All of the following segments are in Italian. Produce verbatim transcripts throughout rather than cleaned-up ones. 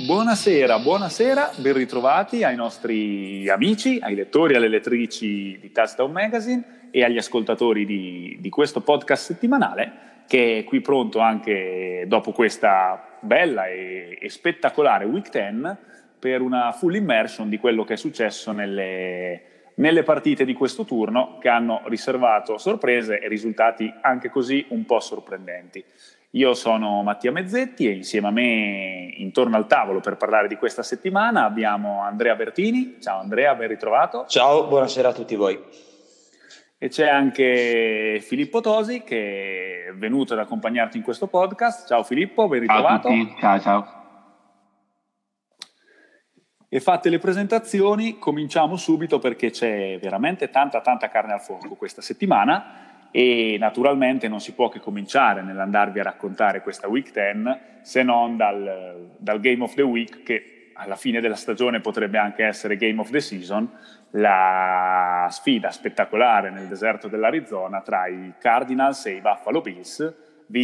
Buonasera, buonasera, ben ritrovati ai nostri amici, ai lettori e alle lettrici di Touchdown Magazine e agli ascoltatori di, di questo podcast settimanale che è qui pronto anche dopo questa bella e, e spettacolare Week dieci per una full immersion di quello che è successo nelle, nelle partite di questo turno che hanno riservato sorprese e risultati anche così un po' sorprendenti. Io sono Mattia Mezzetti e insieme a me intorno al tavolo per parlare di questa settimana abbiamo Andrea Bertini. Ciao Andrea, ben ritrovato. Ciao, buonasera a tutti voi. E c'è anche Filippo Tosi che è venuto ad accompagnarti in questo podcast. Ciao Filippo, ben ritrovato. Ciao a tutti, ciao ciao. E fatte le presentazioni cominciamo subito perché c'è veramente tanta tanta carne al fuoco questa settimana. E naturalmente non si può che cominciare nell'andarvi a raccontare questa Week dieci se non dal, dal Game of the Week, che alla fine della stagione potrebbe anche essere Game of the Season, la sfida spettacolare nel deserto dell'Arizona tra i Cardinals e i Buffalo Bills,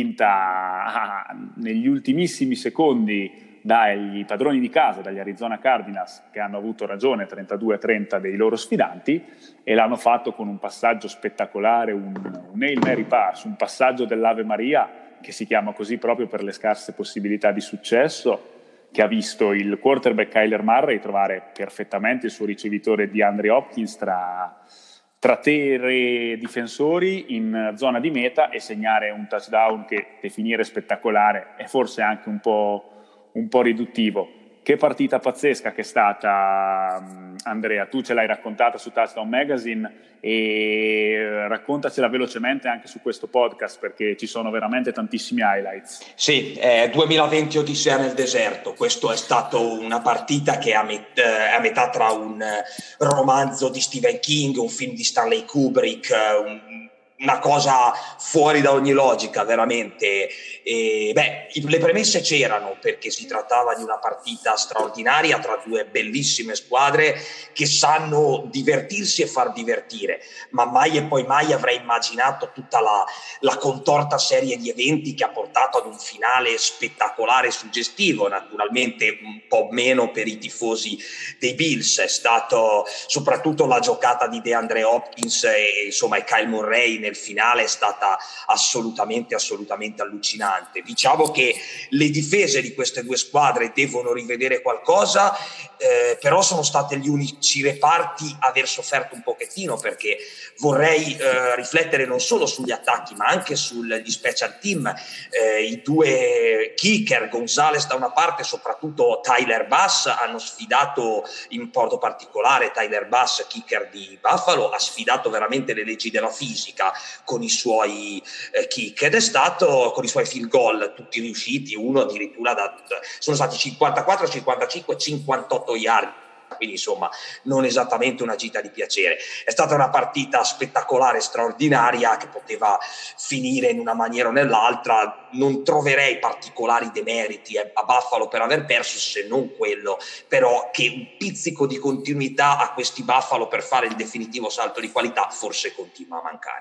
vinta negli ultimissimi secondi dai padroni di casa, dagli Arizona Cardinals, che hanno avuto ragione trentadue a trenta dei loro sfidanti, e l'hanno fatto con un passaggio spettacolare, un, un Hail Mary pass, un passaggio dell'Ave Maria che si chiama così proprio per le scarse possibilità di successo, che ha visto il quarterback Kyler Murray trovare perfettamente il suo ricevitore DeAndre Hopkins tra, tra tre difensori in zona di meta e segnare un touchdown che definire spettacolare è forse anche un po' un po' riduttivo. Che partita pazzesca che è stata, Andrea, tu ce l'hai raccontata su Touchdown Magazine e raccontacela velocemente anche su questo podcast perché ci sono veramente tantissimi highlights. Sì, eh, duemilaventi Odissea nel deserto, questo è stato una partita che è a, met- è a metà tra un romanzo di Stephen King, un film di Stanley Kubrick, un una cosa fuori da ogni logica, veramente. E, beh, le premesse c'erano perché si trattava di una partita straordinaria tra due bellissime squadre che sanno divertirsi e far divertire, ma mai e poi mai avrei immaginato tutta la, la contorta serie di eventi che ha portato ad un finale spettacolare e suggestivo, naturalmente un po' meno per i tifosi dei Bills. È stato soprattutto la giocata di DeAndre Hopkins e insomma e Kyle Murray nel finale è stata assolutamente assolutamente allucinante. Diciamo che le difese di queste due squadre devono rivedere qualcosa, eh, però sono stati gli unici reparti a aver sofferto un pochettino, perché vorrei eh, riflettere non solo sugli attacchi ma anche sugli special team. Eh, i due kicker, Gonzalez da una parte e soprattutto Tyler Bass, hanno sfidato in modo particolare Tyler Bass, kicker di Buffalo, ha sfidato veramente le leggi della fisica con i suoi eh, kick ed è stato con i suoi field goal tutti riusciti, uno addirittura da, sono stati cinquantaquattro, cinquantacinque, cinquantotto yard, quindi insomma non esattamente una gita di piacere. È stata una partita spettacolare, straordinaria, che poteva finire in una maniera o nell'altra. Non troverei particolari demeriti a Buffalo per aver perso, se non quello però che un pizzico di continuità a questi Buffalo per fare il definitivo salto di qualità forse continua a mancare.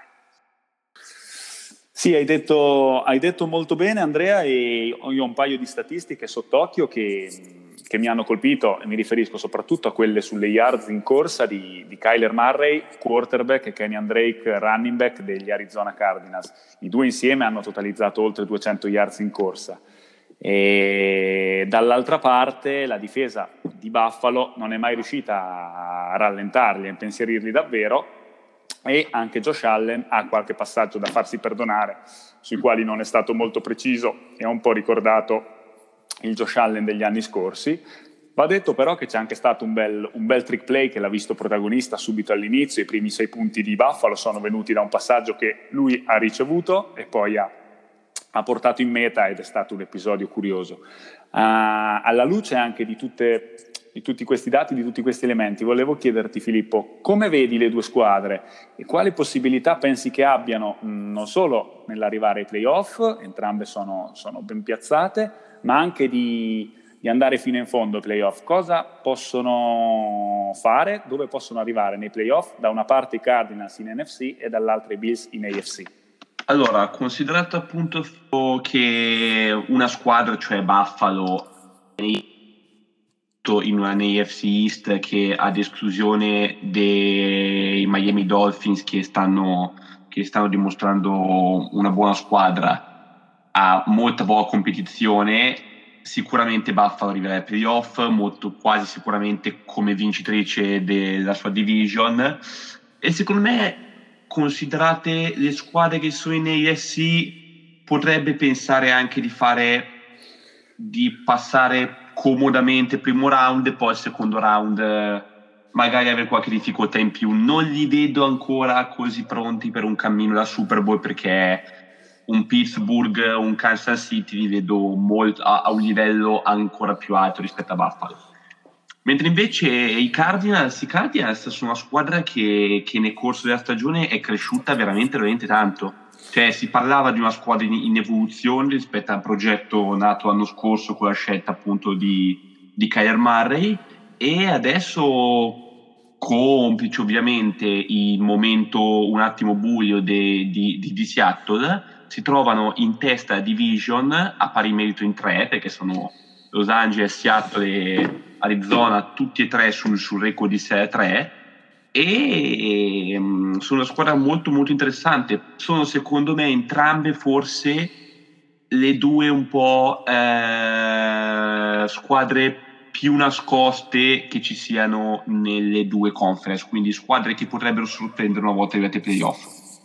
Sì, hai detto, hai detto molto bene Andrea, e io ho un paio di statistiche sott'occhio che, che mi hanno colpito, e mi riferisco soprattutto a quelle sulle yards in corsa di, di Kyler Murray, quarterback, e Kenyan Drake, running back degli Arizona Cardinals. I due insieme hanno totalizzato oltre duecento yards in corsa. E dall'altra parte la difesa di Buffalo non è mai riuscita a rallentarli, a impensierirli davvero, e anche Josh Allen ha qualche passaggio da farsi perdonare sui quali non è stato molto preciso e ha un po' ricordato il Josh Allen degli anni scorsi. Va detto però che c'è anche stato un bel, un bel trick play che l'ha visto protagonista subito all'inizio. I primi sei punti di Buffalo sono venuti da un passaggio che lui ha ricevuto e poi ha, ha portato in meta, ed è stato un episodio curioso. Uh, alla luce anche di tutte di tutti questi dati, di tutti questi elementi, volevo chiederti Filippo, come vedi le due squadre e quali possibilità pensi che abbiano mh, non solo nell'arrivare ai playoff, entrambe sono, sono ben piazzate, ma anche di, di andare fino in fondo ai playoff. Cosa possono fare, dove possono arrivare nei playoff? Da una parte i Cardinals in N F C e dall'altra i Bills in A F C. Allora, considerato appunto che una squadra, cioè Buffalo, soprattutto in una A F C East che ad esclusione dei Miami Dolphins che stanno, che stanno dimostrando una buona squadra, ha molta buona competizione. Sicuramente Buffalo arriverà ai playoff, molto, quasi sicuramente come vincitrice della sua division, e secondo me, considerate le squadre che sono in A F C, potrebbe pensare anche di fare di passare comodamente il primo round e poi il secondo round magari avere qualche difficoltà in più. Non li vedo ancora così pronti per un cammino da Super Bowl, perché un Pittsburgh, un Kansas City li vedo molto, a, a un livello ancora più alto rispetto a Buffalo. Mentre invece i Cardinals, i Cardinals sono una squadra che, che nel corso della stagione è cresciuta veramente, veramente tanto. Cioè si parlava di una squadra in, in evoluzione rispetto al progetto nato l'anno scorso con la scelta appunto di, di Kyler Murray, e adesso, complice ovviamente il momento un attimo buio de, di, di, di Seattle, si trovano in testa a division a pari merito in tre, perché sono Los Angeles, Seattle e Arizona tutti e tre sul, sul record di sei a tre, e um, sono una squadra molto molto interessante. Sono secondo me entrambe forse le due un po' eh, squadre più nascoste che ci siano nelle due conference, quindi squadre che potrebbero sorprendere una volta arrivate ai playoff.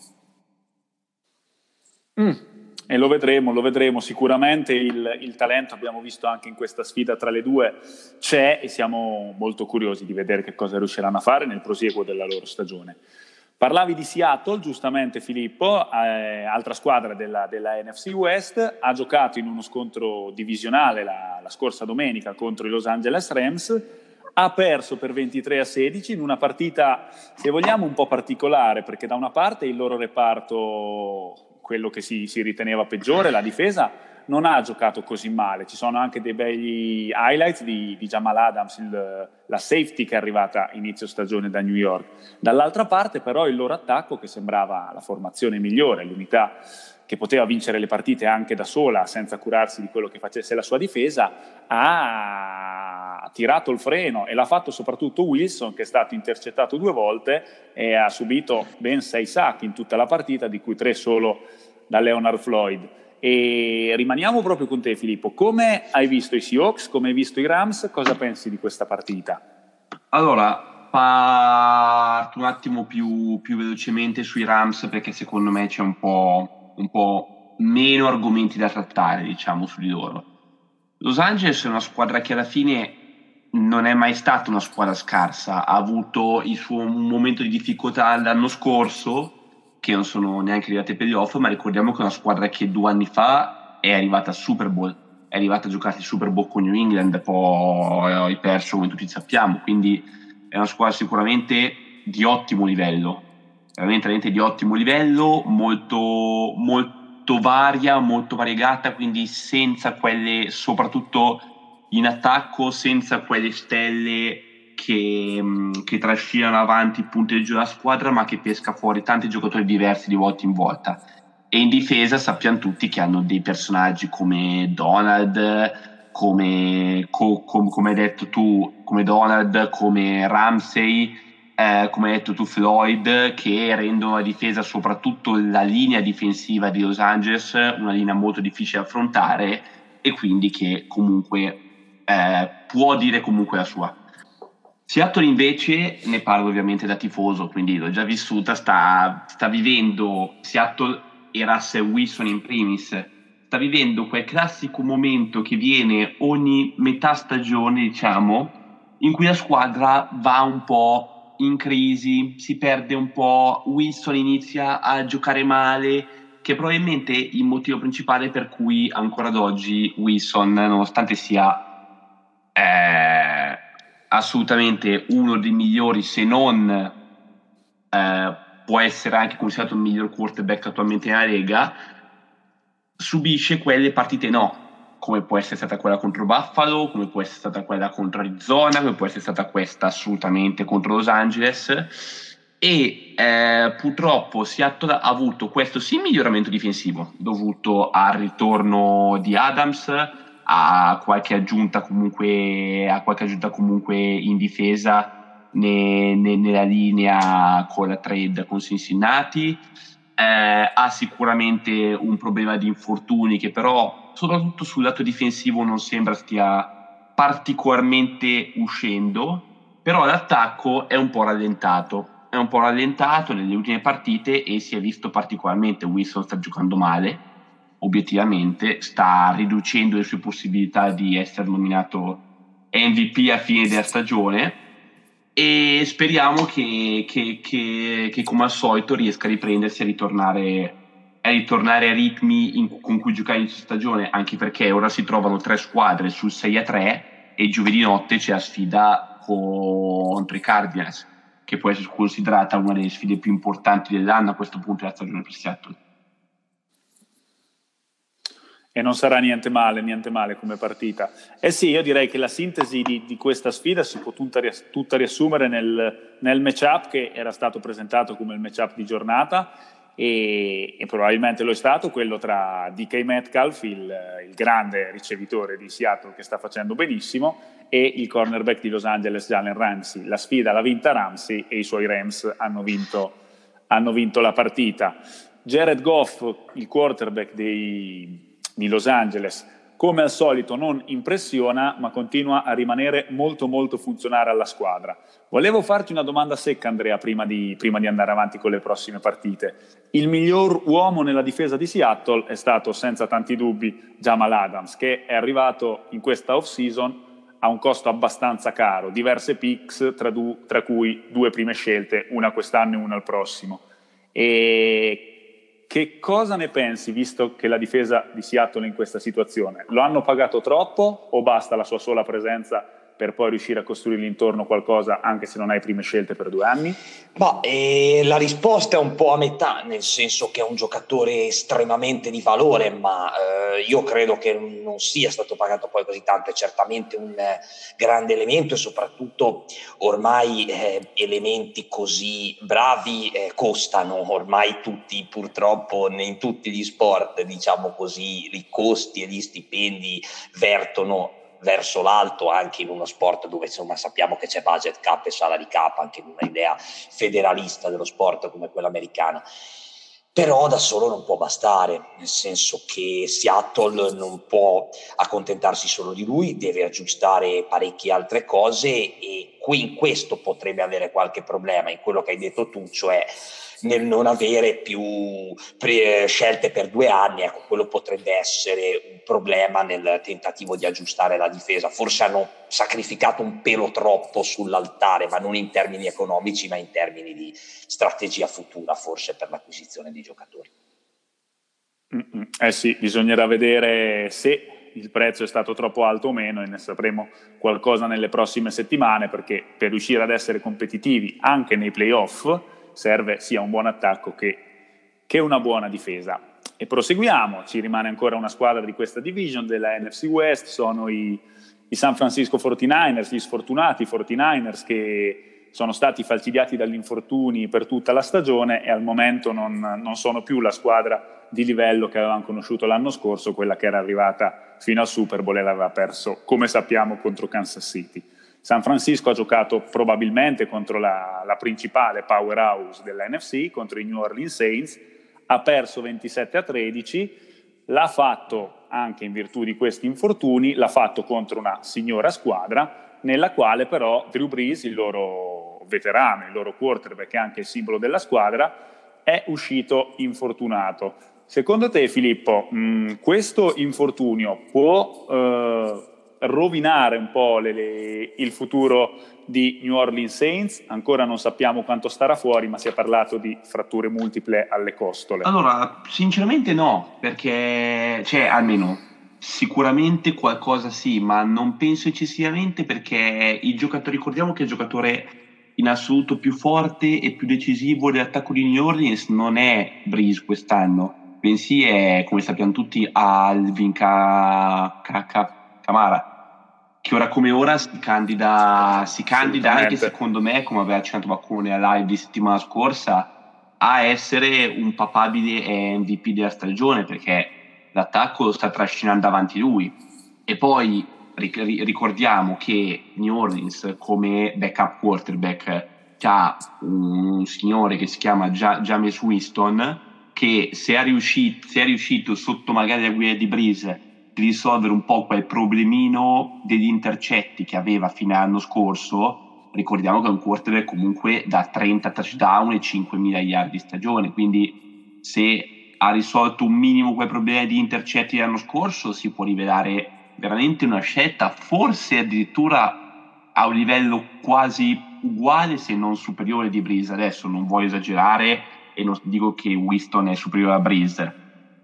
Mm. E lo vedremo, lo vedremo sicuramente. Il, il talento, abbiamo visto anche in questa sfida tra le due, c'è, e siamo molto curiosi di vedere che cosa riusciranno a fare nel prosieguo della loro stagione. Parlavi di Seattle, giustamente Filippo, eh, altra squadra della, della N F C West, ha giocato in uno scontro divisionale la, la scorsa domenica contro i Los Angeles Rams, ha perso per ventitré a sedici in una partita, se vogliamo, un po' particolare, perché da una parte il loro reparto, quello che si, si riteneva peggiore, la difesa, non ha giocato così male. Ci sono anche dei begli highlights di, di Jamal Adams, il, la safety che è arrivata inizio stagione da New York. Dall'altra parte però il loro attacco, che sembrava la formazione migliore, l'unità che poteva vincere le partite anche da sola senza curarsi di quello che facesse la sua difesa, ha tirato il freno, e l'ha fatto soprattutto Wilson, che è stato intercettato due volte e ha subito ben sei sack in tutta la partita, di cui tre solo da Leonard Floyd. E rimaniamo proprio con te, Filippo. Come hai visto i Seahawks? Come hai visto i Rams? Cosa pensi di questa partita? Allora, parto un attimo più, più velocemente sui Rams, perché secondo me c'è un po', un po' meno argomenti da trattare, diciamo, su di loro. Los Angeles è una squadra che alla fine non è mai stata una squadra scarsa, ha avuto il suo momento di difficoltà l'anno scorso, che non sono neanche arrivati ai playoff, ma ricordiamo che è una squadra che due anni fa è arrivata al Super Bowl, è arrivata a giocare il Super Bowl con New England, poi ha perso come tutti sappiamo, quindi è una squadra sicuramente di ottimo livello, veramente, veramente di ottimo livello, molto, molto varia, molto variegata, quindi senza quelle, soprattutto in attacco, senza quelle stelle che, che trascinano avanti il punteggio della squadra, ma che pesca fuori tanti giocatori diversi di volta in volta. E in difesa sappiamo tutti che hanno dei personaggi come Donald, come, co, com, come hai detto tu, come Donald, come Ramsey, eh, come hai detto tu Floyd, che rendono la difesa, soprattutto la linea difensiva di Los Angeles, una linea molto difficile da affrontare, e quindi che comunque eh, può dire comunque la sua. Seattle invece, ne parlo ovviamente da tifoso, quindi l'ho già vissuta, sta, sta vivendo, Seattle e Russell Wilson in primis, sta vivendo quel classico momento che viene ogni metà stagione, diciamo, in cui la squadra va un po' in crisi, si perde un po', Wilson inizia a giocare male, che è probabilmente il motivo principale per cui ancora ad oggi Wilson, nonostante sia eh, assolutamente uno dei migliori, se non eh, può essere anche considerato il miglior quarterback attualmente nella Lega, subisce quelle partite no, come può essere stata quella contro Buffalo, come può essere stata quella contro Arizona, come può essere stata questa assolutamente contro Los Angeles, e eh, purtroppo Seattle ha avuto questo sì miglioramento difensivo dovuto al ritorno di Adams, a qualche aggiunta comunque, a qualche aggiunta comunque in difesa ne, ne, nella linea con la trade con Cincinnati. Eh, ha sicuramente un problema di infortuni che però soprattutto sul lato difensivo non sembra stia particolarmente uscendo, però l'attacco è un po' rallentato è un po' rallentato nelle ultime partite e si è visto particolarmente Wilson sta giocando male, obiettivamente sta riducendo le sue possibilità di essere nominato M V P a fine della stagione, e speriamo che, che, che, che come al solito riesca a riprendersi, a ritornare a ritornare a ritmi in, con cui giocare in stagione, anche perché ora si trovano tre squadre sul sei a tre e giovedì notte c'è la sfida contro i Cardinals, che può essere considerata una delle sfide più importanti dell'anno a questo punto della stagione per Seattle. E non sarà niente male, niente male come partita. Eh sì, io direi che la sintesi di, di questa sfida si può tutta, tutta riassumere nel, nel matchup che era stato presentato come il matchup di giornata, e, e probabilmente lo è stato, quello tra D K Metcalf, il, il grande ricevitore di Seattle che sta facendo benissimo, e il cornerback di Los Angeles, Jalen Ramsey. La sfida l'ha vinta Ramsey e i suoi Rams hanno vinto, hanno vinto la partita. Jared Goff, il quarterback dei di Los Angeles, come al solito non impressiona, ma continua a rimanere molto molto funzionale alla squadra. Volevo farti una domanda secca, Andrea, prima di, prima di andare avanti con le prossime partite. Il miglior uomo nella difesa di Seattle è stato senza tanti dubbi Jamal Adams, che è arrivato in questa off-season a un costo abbastanza caro, diverse picks, tra, du, tra cui due prime scelte, una quest'anno e una al prossimo. E che cosa ne pensi, visto che la difesa di Seattle è in questa situazione? Lo hanno pagato troppo o basta la sua sola presenza per poi riuscire a costruirgli intorno qualcosa, anche se non hai prime scelte per due anni? Ma eh, la risposta è un po' a metà, nel senso che è un giocatore estremamente di valore, ma eh, io credo che non sia stato pagato poi così tanto. È certamente un eh, grande elemento, e soprattutto ormai eh, elementi così bravi eh, costano, ormai tutti purtroppo in tutti gli sport, diciamo così, i costi e gli stipendi vertono verso l'alto, anche in uno sport dove insomma sappiamo che c'è budget cap e salary cap, anche in un'idea federalista dello sport come quella americana. Però da solo non può bastare, nel senso che Seattle non può accontentarsi solo di lui, deve aggiustare parecchie altre cose, e qui in questo potrebbe avere qualche problema, in quello che hai detto tu, cioè nel non avere più pre- scelte per due anni. Ecco, quello potrebbe essere un problema nel tentativo di aggiustare la difesa. Forse hanno sacrificato un pelo troppo sull'altare, ma non in termini economici, ma in termini di strategia futura, forse per l'acquisizione di giocatori. Mm-mm. Eh sì, bisognerà vedere se il prezzo è stato troppo alto o meno, e ne sapremo qualcosa nelle prossime settimane, perché per riuscire ad essere competitivi anche nei playoff serve sia un buon attacco che, che una buona difesa. E proseguiamo, ci rimane ancora una squadra di questa division della N F C West, sono i, i San Francisco quarantanovers, gli sfortunati quarantanovers che sono stati falcidiati dagli infortuni per tutta la stagione e al momento non, non sono più la squadra di livello che avevamo conosciuto l'anno scorso, quella che era arrivata fino al Super Bowl e l'aveva perso, come sappiamo, contro Kansas City. San Francisco ha giocato probabilmente contro la, la principale powerhouse della N F C, contro i New Orleans Saints, ha perso ventisette a tredici, l'ha fatto anche in virtù di questi infortuni, l'ha fatto contro una signora squadra, nella quale però Drew Brees, il loro veterano, il loro quarterback, che è anche il simbolo della squadra, è uscito infortunato. Secondo te, Filippo, mh, questo infortunio può eh, rovinare un po' le, le, il futuro di New Orleans Saints? Ancora non sappiamo quanto starà fuori, ma si è parlato di fratture multiple alle costole. Allora, sinceramente no, perché, cioè, almeno, sicuramente qualcosa sì, ma non penso eccessivamente, perché il giocatore, ricordiamo che il giocatore in assoluto più forte e più decisivo dell'attacco di New Orleans non è Brees quest'anno, bensì è, come sappiamo tutti, Alvin Kamara, che ora come ora si candida, si candida anche secondo me, come aveva accennato Vaccone alla live di settimana scorsa, a essere un papabile M V P della stagione, perché l'attacco lo sta trascinando avanti lui. E poi ricordiamo che New Orleans come backup quarterback c'ha un signore che si chiama Jameis Winston, che se è riuscito, se è riuscito sotto magari la guida di Breeze di risolvere un po' quel problemino degli intercetti che aveva fino all'anno scorso, ricordiamo che è un quarterback comunque da trenta touchdown e cinquemila yard di stagione, quindi se ha risolto un minimo quel problema di intercetti dell'anno scorso si può rivelare veramente una scelta forse addirittura a un livello quasi uguale se non superiore di Breeze. Adesso non voglio esagerare e non dico che Winston è superiore a Breeze,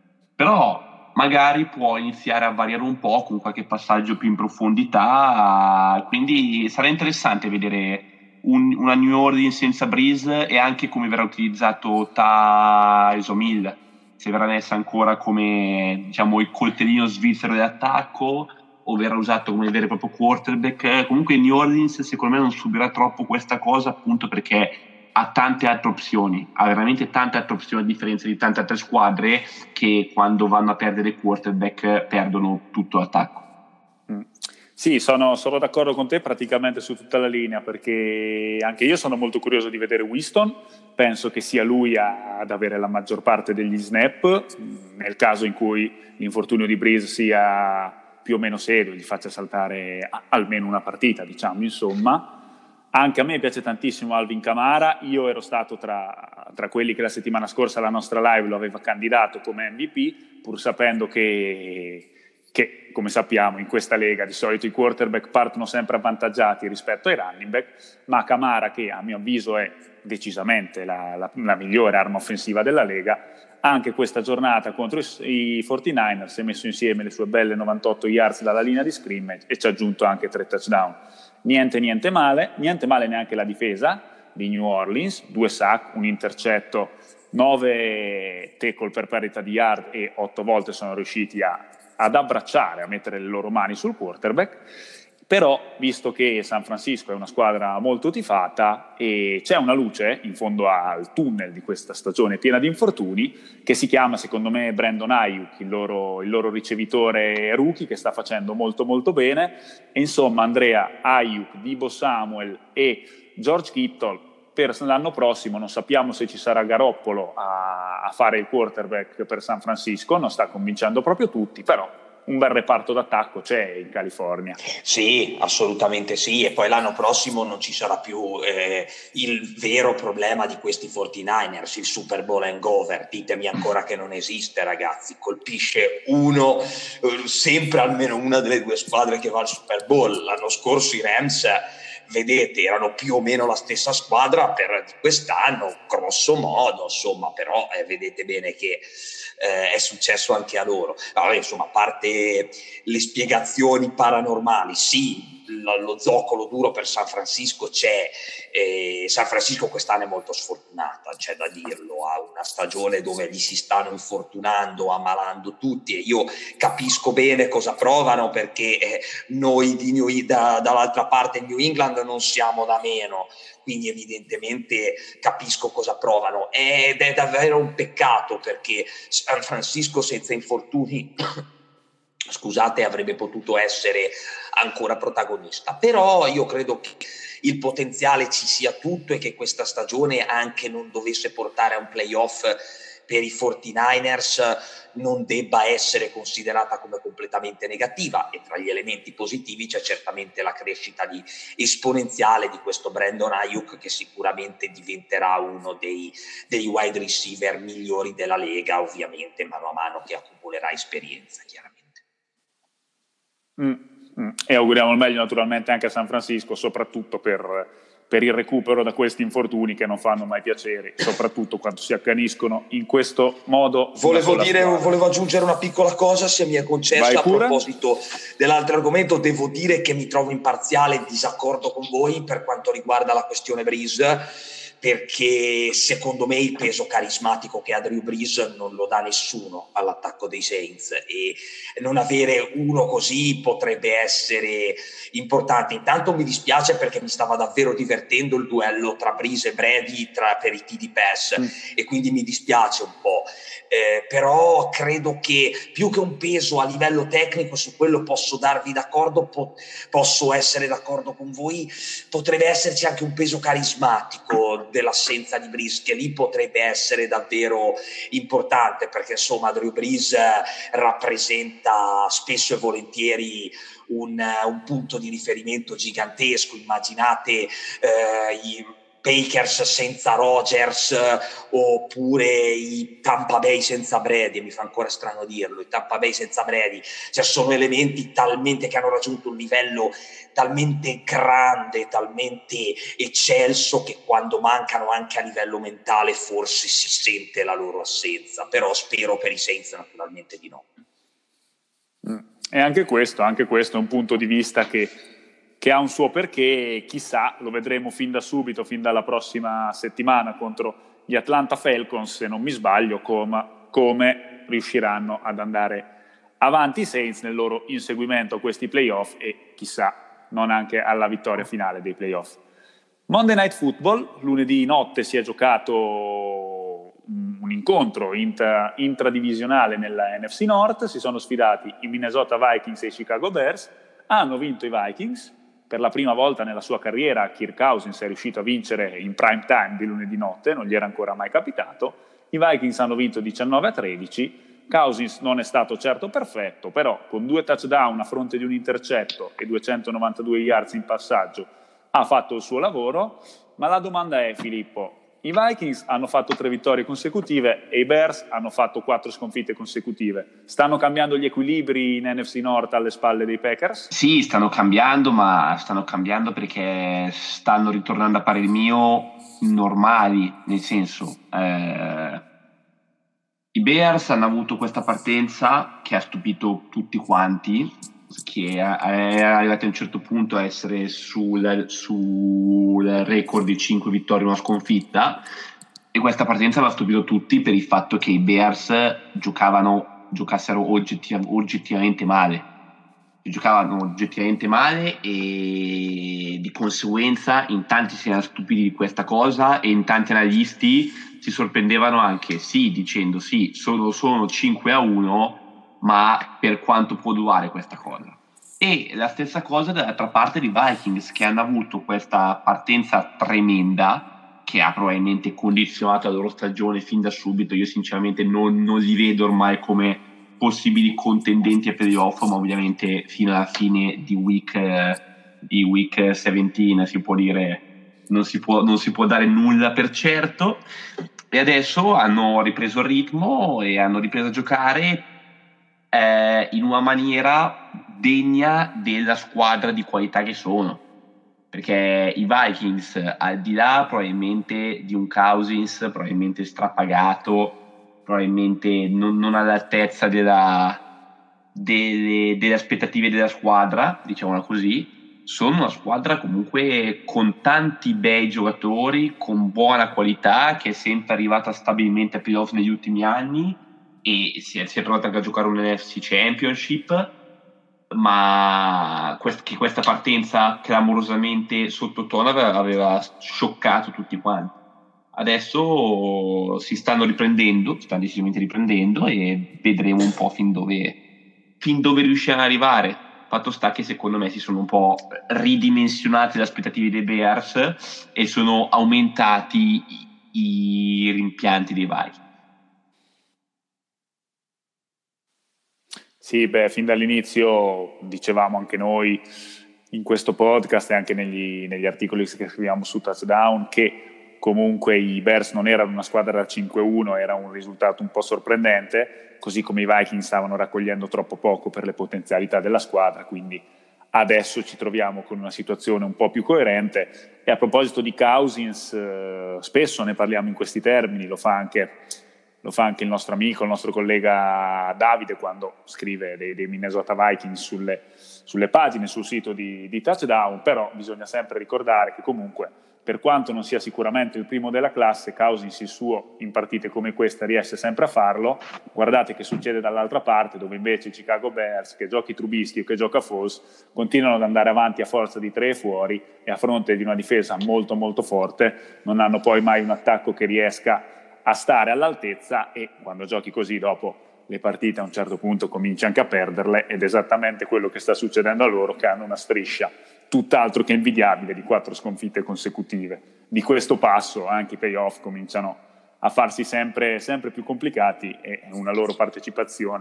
però magari può iniziare a variare un po' con qualche passaggio più in profondità, quindi sarà interessante vedere un, una New Orleans senza Breeze e anche come verrà utilizzato Taysom Hill, se verrà messa ancora come, diciamo, il coltellino svizzero dell'attacco o verrà usato come vero e proprio quarterback. Comunque New Orleans secondo me non subirà troppo questa cosa, appunto perché ha tante altre opzioni, ha veramente tante altre opzioni a differenza di tante altre squadre che quando vanno a perdere quarterback perdono tutto l'attacco. Mm. Sì, sono, sono d'accordo con te praticamente su tutta la linea, perché anche io sono molto curioso di vedere Winston, penso che sia lui a, ad avere la maggior parte degli snap, nel caso in cui l'infortunio di Breeze sia più o meno serio, gli faccia saltare a, almeno una partita, diciamo, insomma. Anche a me piace tantissimo Alvin Kamara, io ero stato tra, tra quelli che la settimana scorsa alla nostra live lo aveva candidato come M V P, pur sapendo che... che come sappiamo in questa lega di solito i quarterback partono sempre avvantaggiati rispetto ai running back, ma Kamara, che a mio avviso è decisamente la, la, la migliore arma offensiva della lega, anche questa giornata contro i, i quarantanovers si è messo insieme le sue belle novantotto yards dalla linea di scrimmage e ci ha aggiunto anche tre touchdown. Niente niente male, niente male neanche la difesa di New Orleans, due sack, un intercetto, nove tackle per perdita di yard e otto volte sono riusciti a ad abbracciare, a mettere le loro mani sul quarterback. Però, visto che San Francisco è una squadra molto tifata e c'è una luce in fondo al tunnel di questa stagione piena di infortuni, che si chiama, secondo me, Brandon Aiyuk, il loro, il loro ricevitore rookie, che sta facendo molto molto bene. E insomma, Andrea, Aiyuk, Deebo Samuel e George Kittle per l'anno prossimo, non sappiamo se ci sarà Garoppolo a, a fare il quarterback per San Francisco, non sta convincendo proprio tutti, però un bel reparto d'attacco c'è in California. Sì, assolutamente sì, e poi l'anno prossimo non ci sarà più eh, il vero problema di questi quarantanovers, il Super Bowl hangover. Ditemi ancora che non esiste, ragazzi, colpisce uno, eh, sempre almeno una delle due squadre che va al Super Bowl. L'anno scorso i Rams, vedete, erano più o meno la stessa squadra per di quest'anno, grosso modo, insomma, però eh, vedete bene che eh, è successo anche a loro. Allora, insomma, a parte le spiegazioni paranormali, sì, lo, lo zoccolo duro per San Francisco c'è. eh, San Francisco quest'anno è molto sfortunata, c'è da dirlo, ha una stagione dove gli si stanno infortunando, ammalando tutti, e io capisco bene cosa provano, perché eh, noi di New, da, dall'altra parte New England non siamo da meno, quindi evidentemente capisco cosa provano, ed è davvero un peccato, perché San Francisco senza infortuni scusate, avrebbe potuto essere ancora protagonista. Però io credo che il potenziale ci sia tutto e che questa stagione, anche non dovesse portare a un playoff per i quarantanovers, non debba essere considerata come completamente negativa, e tra gli elementi positivi c'è certamente la crescita di, esponenziale di questo Brandon Aiyuk, che sicuramente diventerà uno dei, dei wide receiver migliori della Lega, ovviamente mano a mano che accumulerà esperienza, chiaramente. Mm, mm. E auguriamo il meglio naturalmente anche a San Francisco, soprattutto per, per il recupero da questi infortuni che non fanno mai piacere, soprattutto quando si accaniscono in questo modo. Volevo dire, volevo aggiungere una piccola cosa, se mi è concessa, a proposito dell'altro argomento. Devo dire che mi trovo in parziale disaccordo con voi per quanto riguarda la questione Breeze. perché secondo me il peso carismatico che ha Drew Brees non lo dà nessuno all'attacco dei Saints, e non avere uno così potrebbe essere importante. Intanto mi dispiace perché mi stava davvero divertendo il duello tra Brees e Brady tra, per i T D pass, mm. e quindi mi dispiace un po', eh, però credo che più che un peso a livello tecnico, su quello posso darvi d'accordo, po- posso essere d'accordo con voi, potrebbe esserci anche un peso carismatico dell'assenza di Brees, che lì potrebbe essere davvero importante, perché insomma Drew Brees rappresenta spesso e volentieri un, un punto di riferimento gigantesco. Immaginate eh, i Packers senza Rodgers, oppure i Tampa Bay senza Brady, mi fa ancora strano dirlo, i Tampa Bay senza Brady, cioè sono elementi talmente che hanno raggiunto un livello talmente grande, talmente eccelso, che quando mancano anche a livello mentale forse si sente la loro assenza, però spero per i Saints naturalmente di no. E anche questo, anche questo è un punto di vista che che ha un suo perché, chissà, lo vedremo fin da subito, fin dalla prossima settimana contro gli Atlanta Falcons, se non mi sbaglio, com- come riusciranno ad andare avanti i Saints nel loro inseguimento a questi playoff e chissà, non anche alla vittoria finale dei playoff. Monday Night Football, lunedì notte si è giocato un incontro intra- intradivisionale nella N F C North, si sono sfidati i Minnesota Vikings e i Chicago Bears, hanno vinto i Vikings. Per la prima volta nella sua carriera Kirk Cousins è riuscito a vincere in prime time di lunedì notte, non gli era ancora mai capitato. I Vikings hanno vinto diciannove a tredici, Cousins non è stato certo perfetto, però con due touchdown a fronte di un intercetto e duecentonovantadue yards in passaggio ha fatto il suo lavoro. Ma la domanda è, Filippo, i Vikings hanno fatto tre vittorie consecutive e i Bears hanno fatto quattro sconfitte consecutive. Stanno cambiando gli equilibri in N F C North alle spalle dei Packers? Sì, stanno cambiando, ma stanno cambiando perché stanno ritornando a parer mio normali, nel senso eh, i Bears hanno avuto questa partenza che ha stupito tutti quanti, che è arrivato a un certo punto a essere sul, sul record di cinque vittorie e una sconfitta, e questa partenza aveva stupito tutti per il fatto che i Bears giocavano giocassero oggettiv- oggettivamente male giocavano oggettivamente male e di conseguenza in tanti si erano stupiti di questa cosa e in tanti analisti si sorprendevano anche, sì, dicendo sì, sono, sono cinque a uno, ma per quanto può durare questa cosa? E la stessa cosa dall'altra parte di Vikings, che hanno avuto questa partenza tremenda che ha probabilmente condizionato la loro stagione fin da subito. Io sinceramente non, non li vedo ormai come possibili contendenti a playoff, ma ovviamente fino alla fine di week, eh, di week diciassette si può dire non si può, non si può dare nulla per certo, e adesso hanno ripreso il ritmo e hanno ripreso a giocare eh, in una maniera degna della squadra di qualità che sono, perché i Vikings, al di là probabilmente di un Cousins probabilmente strapagato, probabilmente non, non all'altezza della, delle, delle aspettative della squadra, diciamola così, sono una squadra comunque con tanti bei giocatori, con buona qualità, che è sempre arrivata stabilmente a playoff negli ultimi anni e si è, si è trovata anche a giocare un N F C Championship, ma quest- che questa partenza clamorosamente sottotono aveva, aveva scioccato tutti quanti. Adesso si stanno riprendendo, si stanno decisamente riprendendo e vedremo un po' fin dove, fin dove riusciranno ad arrivare. Fatto sta che secondo me si sono un po' ridimensionate le aspettative dei Bears e sono aumentati i, i rimpianti dei Vikings. Sì, beh, fin dall'inizio dicevamo anche noi in questo podcast e anche negli, negli articoli che scriviamo su Touchdown che comunque i Bears non erano una squadra da cinque a uno, era un risultato un po' sorprendente, così come i Vikings stavano raccogliendo troppo poco per le potenzialità della squadra, quindi adesso ci troviamo con una situazione un po' più coerente. E a proposito di Cousins, eh, spesso ne parliamo in questi termini, lo fa anche... Lo fa anche il nostro amico, il nostro collega Davide quando scrive dei, dei Minnesota Vikings sulle, sulle pagine, sul sito di, di Touchdown, però bisogna sempre ricordare che comunque per quanto non sia sicuramente il primo della classe, Cousins il suo in partite come questa riesce sempre a farlo. Guardate che succede dall'altra parte, dove invece i Chicago Bears, che giochi Trubisky o che gioca Foles, continuano ad andare avanti a forza di tre e fuori, e a fronte di una difesa molto molto forte non hanno poi mai un attacco che riesca a stare all'altezza, e quando giochi così dopo le partite a un certo punto cominci anche a perderle, ed è esattamente quello che sta succedendo a loro, che hanno una striscia tutt'altro che invidiabile di quattro sconfitte consecutive. Di questo passo anche i playoff cominciano a farsi sempre, sempre più complicati, e una loro partecipazione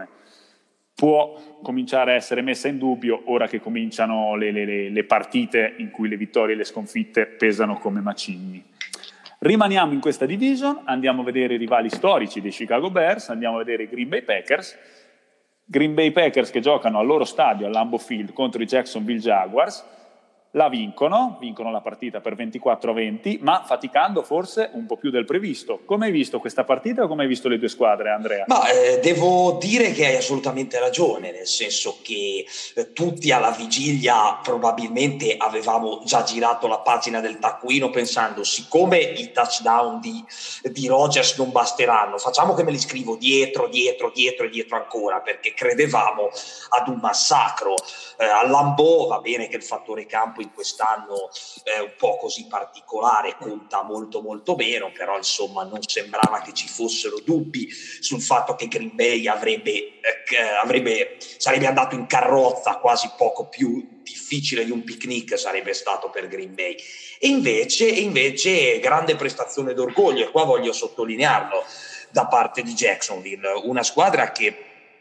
può cominciare a essere messa in dubbio ora che cominciano le, le, le partite in cui le vittorie e le sconfitte pesano come macigni. Rimaniamo in questa division, andiamo a vedere i rivali storici dei Chicago Bears, andiamo a vedere i Green Bay Packers. Green Bay Packers che giocano al loro stadio, al Lambeau Field, contro i Jacksonville Jaguars. La vincono, vincono la partita per ventiquattro a venti, ma faticando forse un po' più del previsto. Come hai visto questa partita o come hai visto le due squadre, Andrea? Ma eh, devo dire che hai assolutamente ragione, nel senso che eh, tutti alla vigilia probabilmente avevamo già girato la pagina del taccuino pensando, siccome i touchdown di, di Rodgers non basteranno, facciamo che me li scrivo dietro, dietro, dietro e dietro ancora, perché credevamo ad un massacro. Eh, al Lambeau va bene che il fattore campo in quest'anno è un po' così particolare, conta molto molto meno, però insomma non sembrava che ci fossero dubbi sul fatto che Green Bay avrebbe, eh, avrebbe sarebbe andato in carrozza, quasi poco più difficile di un picnic sarebbe stato per Green Bay. E invece, e invece grande prestazione d'orgoglio, e qua voglio sottolinearlo, da parte di Jacksonville, una squadra che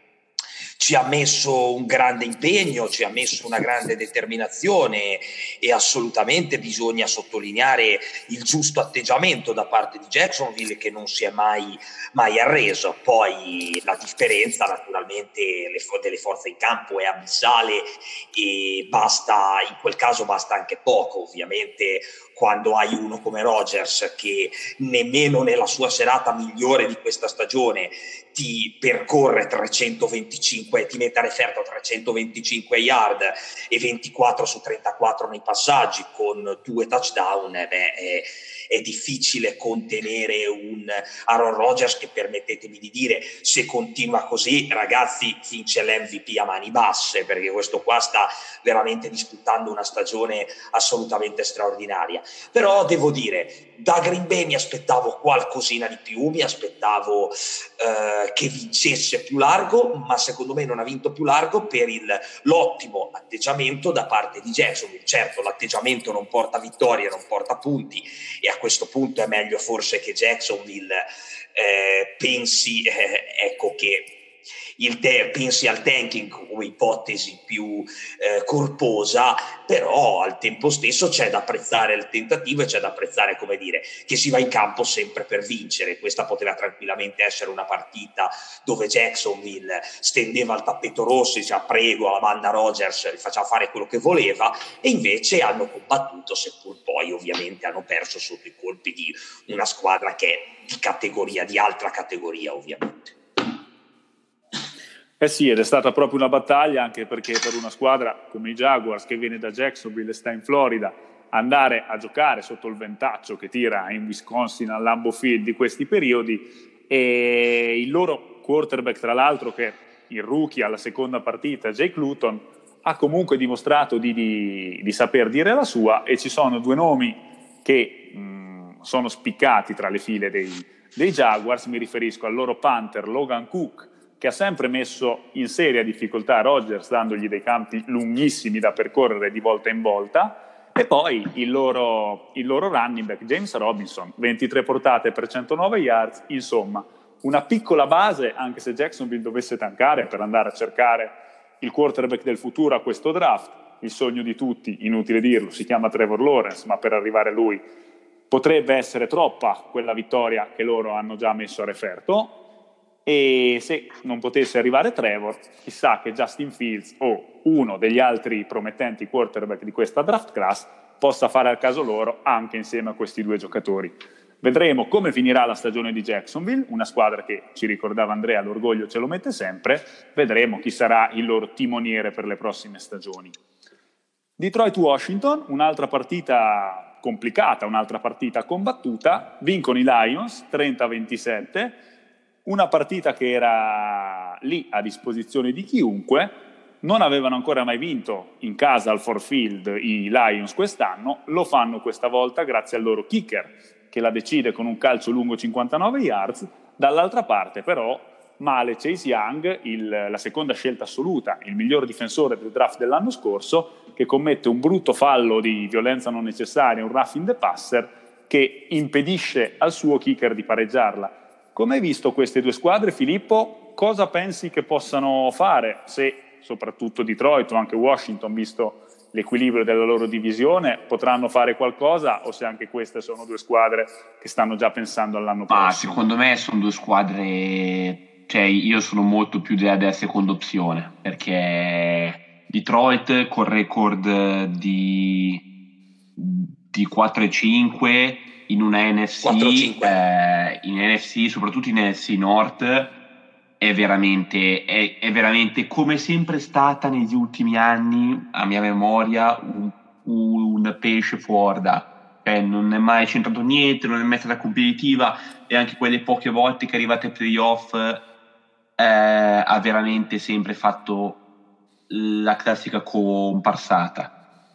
ci ha messo un grande impegno, ci ha messo una grande determinazione, e assolutamente bisogna sottolineare il giusto atteggiamento da parte di Jacksonville, che non si è mai, mai arreso. Poi la differenza naturalmente le, delle forze in campo è abissale, e basta, in quel caso basta anche poco. Ovviamente quando hai uno come Rodgers che nemmeno nella sua serata migliore di questa stagione ti percorre trecentoventicinque, ti mette a referto trecentoventicinque yard e ventiquattro su trentaquattro nei passaggi con due touchdown, beh, è, è difficile contenere un Aaron Rodgers che, permettetemi di dire, se continua così, ragazzi, vince l'M V P a mani basse, perché questo qua sta veramente disputando una stagione assolutamente straordinaria. Però devo dire, da Green Bay mi aspettavo qualcosina di più, mi aspettavo eh, che vincesse più largo, ma secondo me non ha vinto più largo per il, l'ottimo atteggiamento da parte di Jacksonville. Certo, l'atteggiamento non porta vittorie, non porta punti, e a questo punto è meglio forse che Jacksonville eh, pensi eh, ecco che il te- pensi al tanking come ipotesi più eh, corposa, però al tempo stesso c'è da apprezzare il tentativo, e c'è da apprezzare, come dire, che si va in campo sempre per vincere. Questa poteva tranquillamente essere una partita dove Jacksonville stendeva il tappeto rosso e diceva prego alla banda Rodgers, gli faceva fare quello che voleva, e invece hanno combattuto, seppur poi ovviamente hanno perso sotto i colpi di una squadra che è di categoria, di altra categoria ovviamente. Eh sì, ed è stata proprio una battaglia, anche perché per una squadra come i Jaguars, che viene da Jacksonville e sta in Florida, andare a giocare sotto il ventaccio che tira in Wisconsin al Lambeau Field di questi periodi, e il loro quarterback, tra l'altro, che il rookie alla seconda partita, Jake Luton, ha comunque dimostrato di, di, di saper dire la sua, e ci sono due nomi che mh, sono spiccati tra le file dei, dei Jaguars. Mi riferisco al loro punter Logan Cook, che ha sempre messo in seria difficoltà Rodgers, dandogli dei campi lunghissimi da percorrere di volta in volta, e poi il loro, il loro running back James Robinson, ventitré portate per centonove yards. Insomma, una piccola base, anche se Jacksonville dovesse tankare per andare a cercare il quarterback del futuro a questo draft. Il sogno di tutti, inutile dirlo, si chiama Trevor Lawrence, ma per arrivare a lui potrebbe essere troppa quella vittoria che loro hanno già messo a referto. E se non potesse arrivare Trevor, chissà che Justin Fields o uno degli altri promettenti quarterback di questa draft class possa fare al caso loro anche insieme a questi due giocatori. Vedremo come finirà la stagione di Jacksonville, una squadra che, ci ricordava Andrea, l'orgoglio ce lo mette sempre. Vedremo chi sarà il loro timoniere per le prossime stagioni. Detroit-Washington, un'altra partita complicata, un'altra partita combattuta, vincono i Lions trenta a ventisette, una partita che era lì a disposizione di chiunque, non avevano ancora mai vinto in casa al Ford Field i Lions quest'anno, lo fanno questa volta grazie al loro kicker, che la decide con un calcio lungo cinquantanove yards, dall'altra parte però male Chase Young, il, la seconda scelta assoluta, il miglior difensore del draft dell'anno scorso, che commette un brutto fallo di violenza non necessaria, un roughing the passer, che impedisce al suo kicker di pareggiarla. Come hai visto queste due squadre, Filippo? Cosa pensi che possano fare, se soprattutto Detroit o anche Washington, visto l'equilibrio della loro divisione, potranno fare qualcosa, o se anche queste sono due squadre che stanno già pensando all'anno prossimo? Ah, secondo me sono due squadre, cioè io sono molto più della, della seconda opzione, perché Detroit col record di, di quattro e cinque in una N F C, eh, in N F C, soprattutto in N F C North, è veramente, è, è veramente come sempre stata negli ultimi anni, a mia memoria, un, un pesce fuori d'acqua. Cioè, non è mai centrato niente, non è mai stata competitiva, e anche quelle poche volte che è arrivata ai playoff eh, ha veramente sempre fatto la classica comparsata.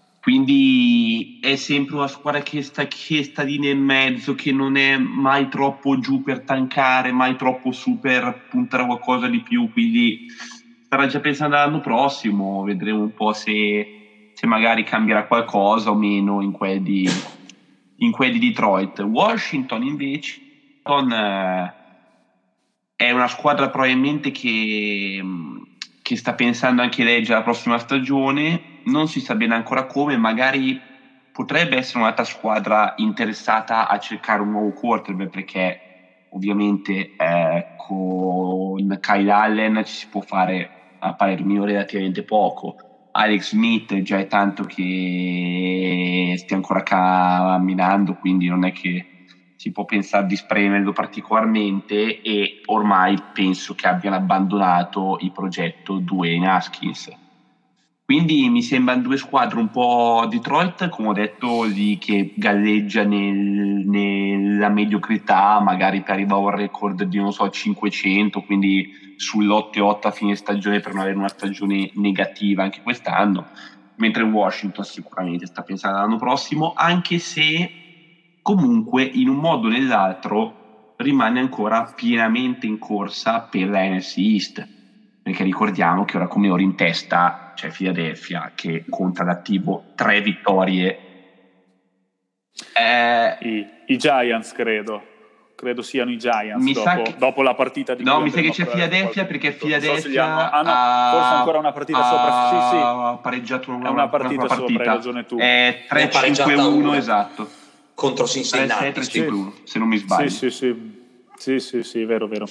Quindi è sempre una squadra che sta, che sta lì nel mezzo, che non è mai troppo giù per tankare, mai troppo su per puntare a qualcosa di più, quindi starà già pensando all'anno prossimo, vedremo un po' se, se magari cambierà qualcosa o meno in quel di, in quel di Detroit. Washington invece eh, è una squadra probabilmente che, che sta pensando anche lei già alla prossima stagione, non si sa bene ancora come, magari potrebbe essere un'altra squadra interessata a cercare un nuovo quarterback, perché ovviamente eh, con Kyle Allen ci si può fare, a parer mio, relativamente poco. Alex Smith già è tanto che stia ancora camminando, quindi non è che si può pensare di spremerlo particolarmente, e ormai penso che abbiano abbandonato il progetto Dwayne Haskins. Quindi mi sembrano due squadre un po' Detroit, come ho detto, lì che galleggia nel, nella mediocrità, magari per arrivare a un record di, non so, cinquecento, quindi sull'otto e otto a fine stagione per non avere una stagione negativa anche quest'anno, mentre Washington sicuramente sta pensando all'anno prossimo, anche se comunque in un modo o nell'altro rimane ancora pienamente in corsa per la N F C East, perché ricordiamo che ora come ora in testa c'è Philadelphia che conta l'attivo tre vittorie. Eh, I, I Giants credo, credo siano i Giants mi dopo, sa che, dopo la partita di no, cui mi sa che c'è Philadelphia, perché Philadelphia so hanno, ah, no, forse ancora una partita ha, sopra, sì sì, ha pareggiato una, è una partita, una partita sopra, hai ragione tu, è tre cinque uno, esatto, contro Cincinnati, tre cinque uno, se non mi sbaglio. Sì, sì, sì, sì, sì, sì, vero, vero.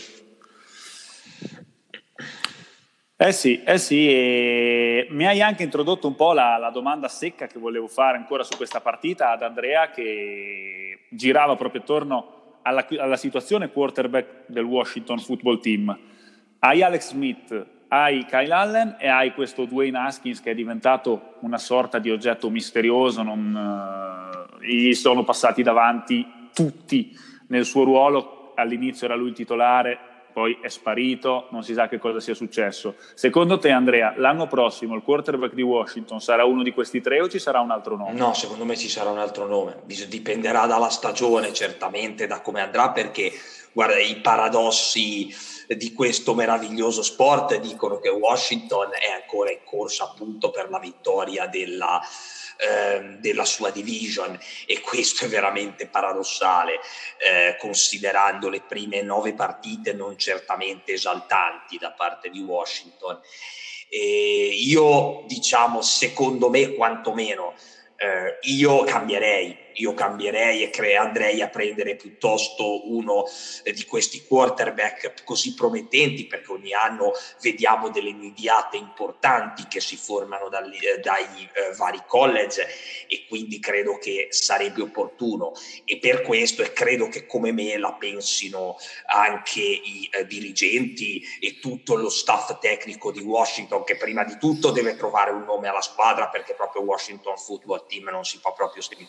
Eh sì, eh sì, e mi hai anche introdotto un po' la, la domanda secca che volevo fare ancora su questa partita ad Andrea, che girava proprio attorno alla, alla situazione quarterback del Washington Football Team. Hai Alex Smith, hai Kyle Allen e hai questo Dwayne Haskins che è diventato una sorta di oggetto misterioso, non, uh, gli sono passati davanti tutti nel suo ruolo, all'inizio era lui il titolare, poi è sparito, non si sa che cosa sia successo. Secondo te, Andrea, l'anno prossimo il quarterback di Washington sarà uno di questi tre o ci sarà un altro nome? No, secondo me ci sarà un altro nome. Dipenderà dalla stagione, certamente, da come andrà, perché guarda, i paradossi di questo meraviglioso sport dicono che Washington è ancora in corsa appunto per la vittoria della della sua division, e questo è veramente paradossale, eh, considerando le prime nove partite non certamente esaltanti da parte di Washington. E io, diciamo, secondo me quantomeno eh, io cambierei io cambierei e cre- andrei a prendere piuttosto uno eh, di questi quarterback così promettenti, perché ogni anno vediamo delle nidiate importanti che si formano dal, eh, dai eh, vari college, e quindi credo che sarebbe opportuno, e per questo, e credo che come me la pensino anche i eh, dirigenti e tutto lo staff tecnico di Washington, che prima di tutto deve trovare un nome alla squadra, perché proprio Washington Football Team non si può proprio sentire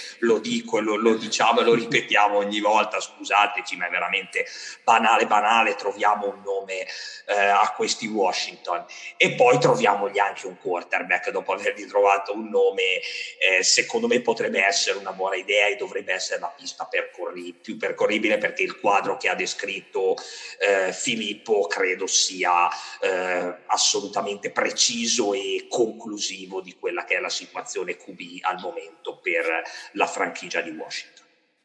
lo dico, lo, lo diciamo e lo ripetiamo ogni volta, scusateci, ma è veramente banale banale, troviamo un nome eh, a questi Washington e poi troviamogli anche un quarterback dopo avergli trovato un nome. Eh, secondo me potrebbe essere una buona idea e dovrebbe essere la pista percorri- più percorribile, perché il quadro che ha descritto eh, Filippo credo sia eh, assolutamente preciso e conclusivo di quella che è la situazione Q B al momento per la franchigia di Washington.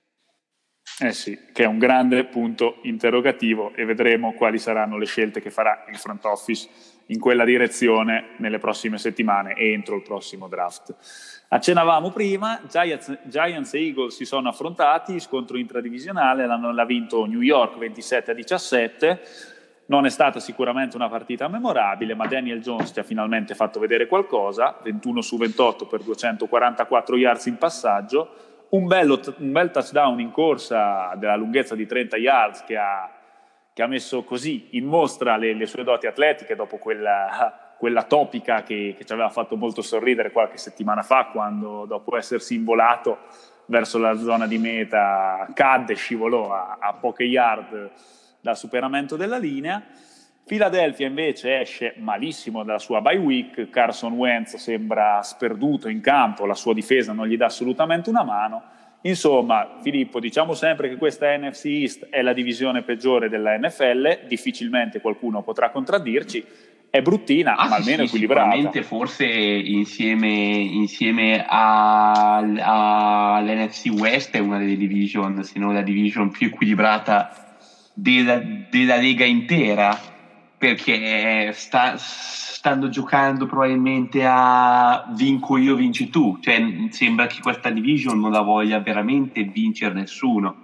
Eh sì, che è un grande punto interrogativo e vedremo quali saranno le scelte che farà il front office in quella direzione nelle prossime settimane e entro il prossimo draft. Accennavamo prima, Giants, Giants e Eagles si sono affrontati, scontro intradivisionale, l'hanno l'ha vinto New York ventisette a diciassette. Non è stata sicuramente una partita memorabile, ma Daniel Jones ci ha finalmente fatto vedere qualcosa, ventuno su ventotto per duecentoquarantaquattro yards in passaggio, un, bello, un bel touchdown in corsa della lunghezza di trenta yards che ha, che ha messo così in mostra le, le sue doti atletiche dopo quella, quella topica che, che ci aveva fatto molto sorridere qualche settimana fa, quando dopo essersi involato verso la zona di meta cadde e scivolò a, a poche yard dal superamento della linea. Philadelphia invece esce malissimo dalla sua bye week, Carson Wentz sembra sperduto in campo, la sua difesa non gli dà assolutamente una mano. Insomma, Filippo, diciamo sempre che questa N F C East è la divisione peggiore della N F L, difficilmente qualcuno potrà contraddirci, è bruttina ah, ma sì, almeno sì, equilibrata. Sicuramente forse insieme, insieme a, a, all'N F C West è una delle division, se non la division più equilibrata della, della Lega intera, perché sta, stanno giocando probabilmente a vinco io, vinci tu, cioè sembra che questa division non la voglia veramente vincere nessuno.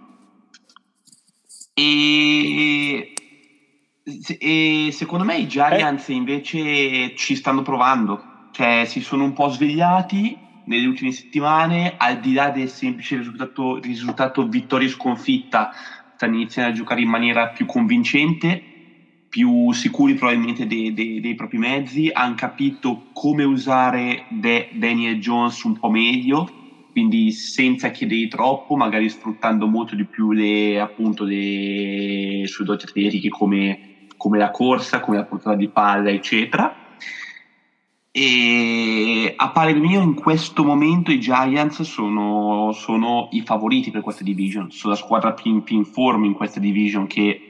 E, e secondo me i Giants eh. invece ci stanno provando, cioè si sono un po' svegliati nelle ultime settimane, al di là del semplice risultato, risultato vittoria-sconfitta, stanno iniziando a giocare in maniera più convincente, più sicuri probabilmente dei, dei, dei propri mezzi, hanno capito come usare De, Daniel Jones un po' meglio, quindi senza chiedere troppo, magari sfruttando molto di più le, appunto, le sue doti atletiche come, come la corsa, come la portata di palla, eccetera. E a parer mio in questo momento i Giants sono, sono i favoriti per questa division, sono la squadra più, più in forma in questa division, che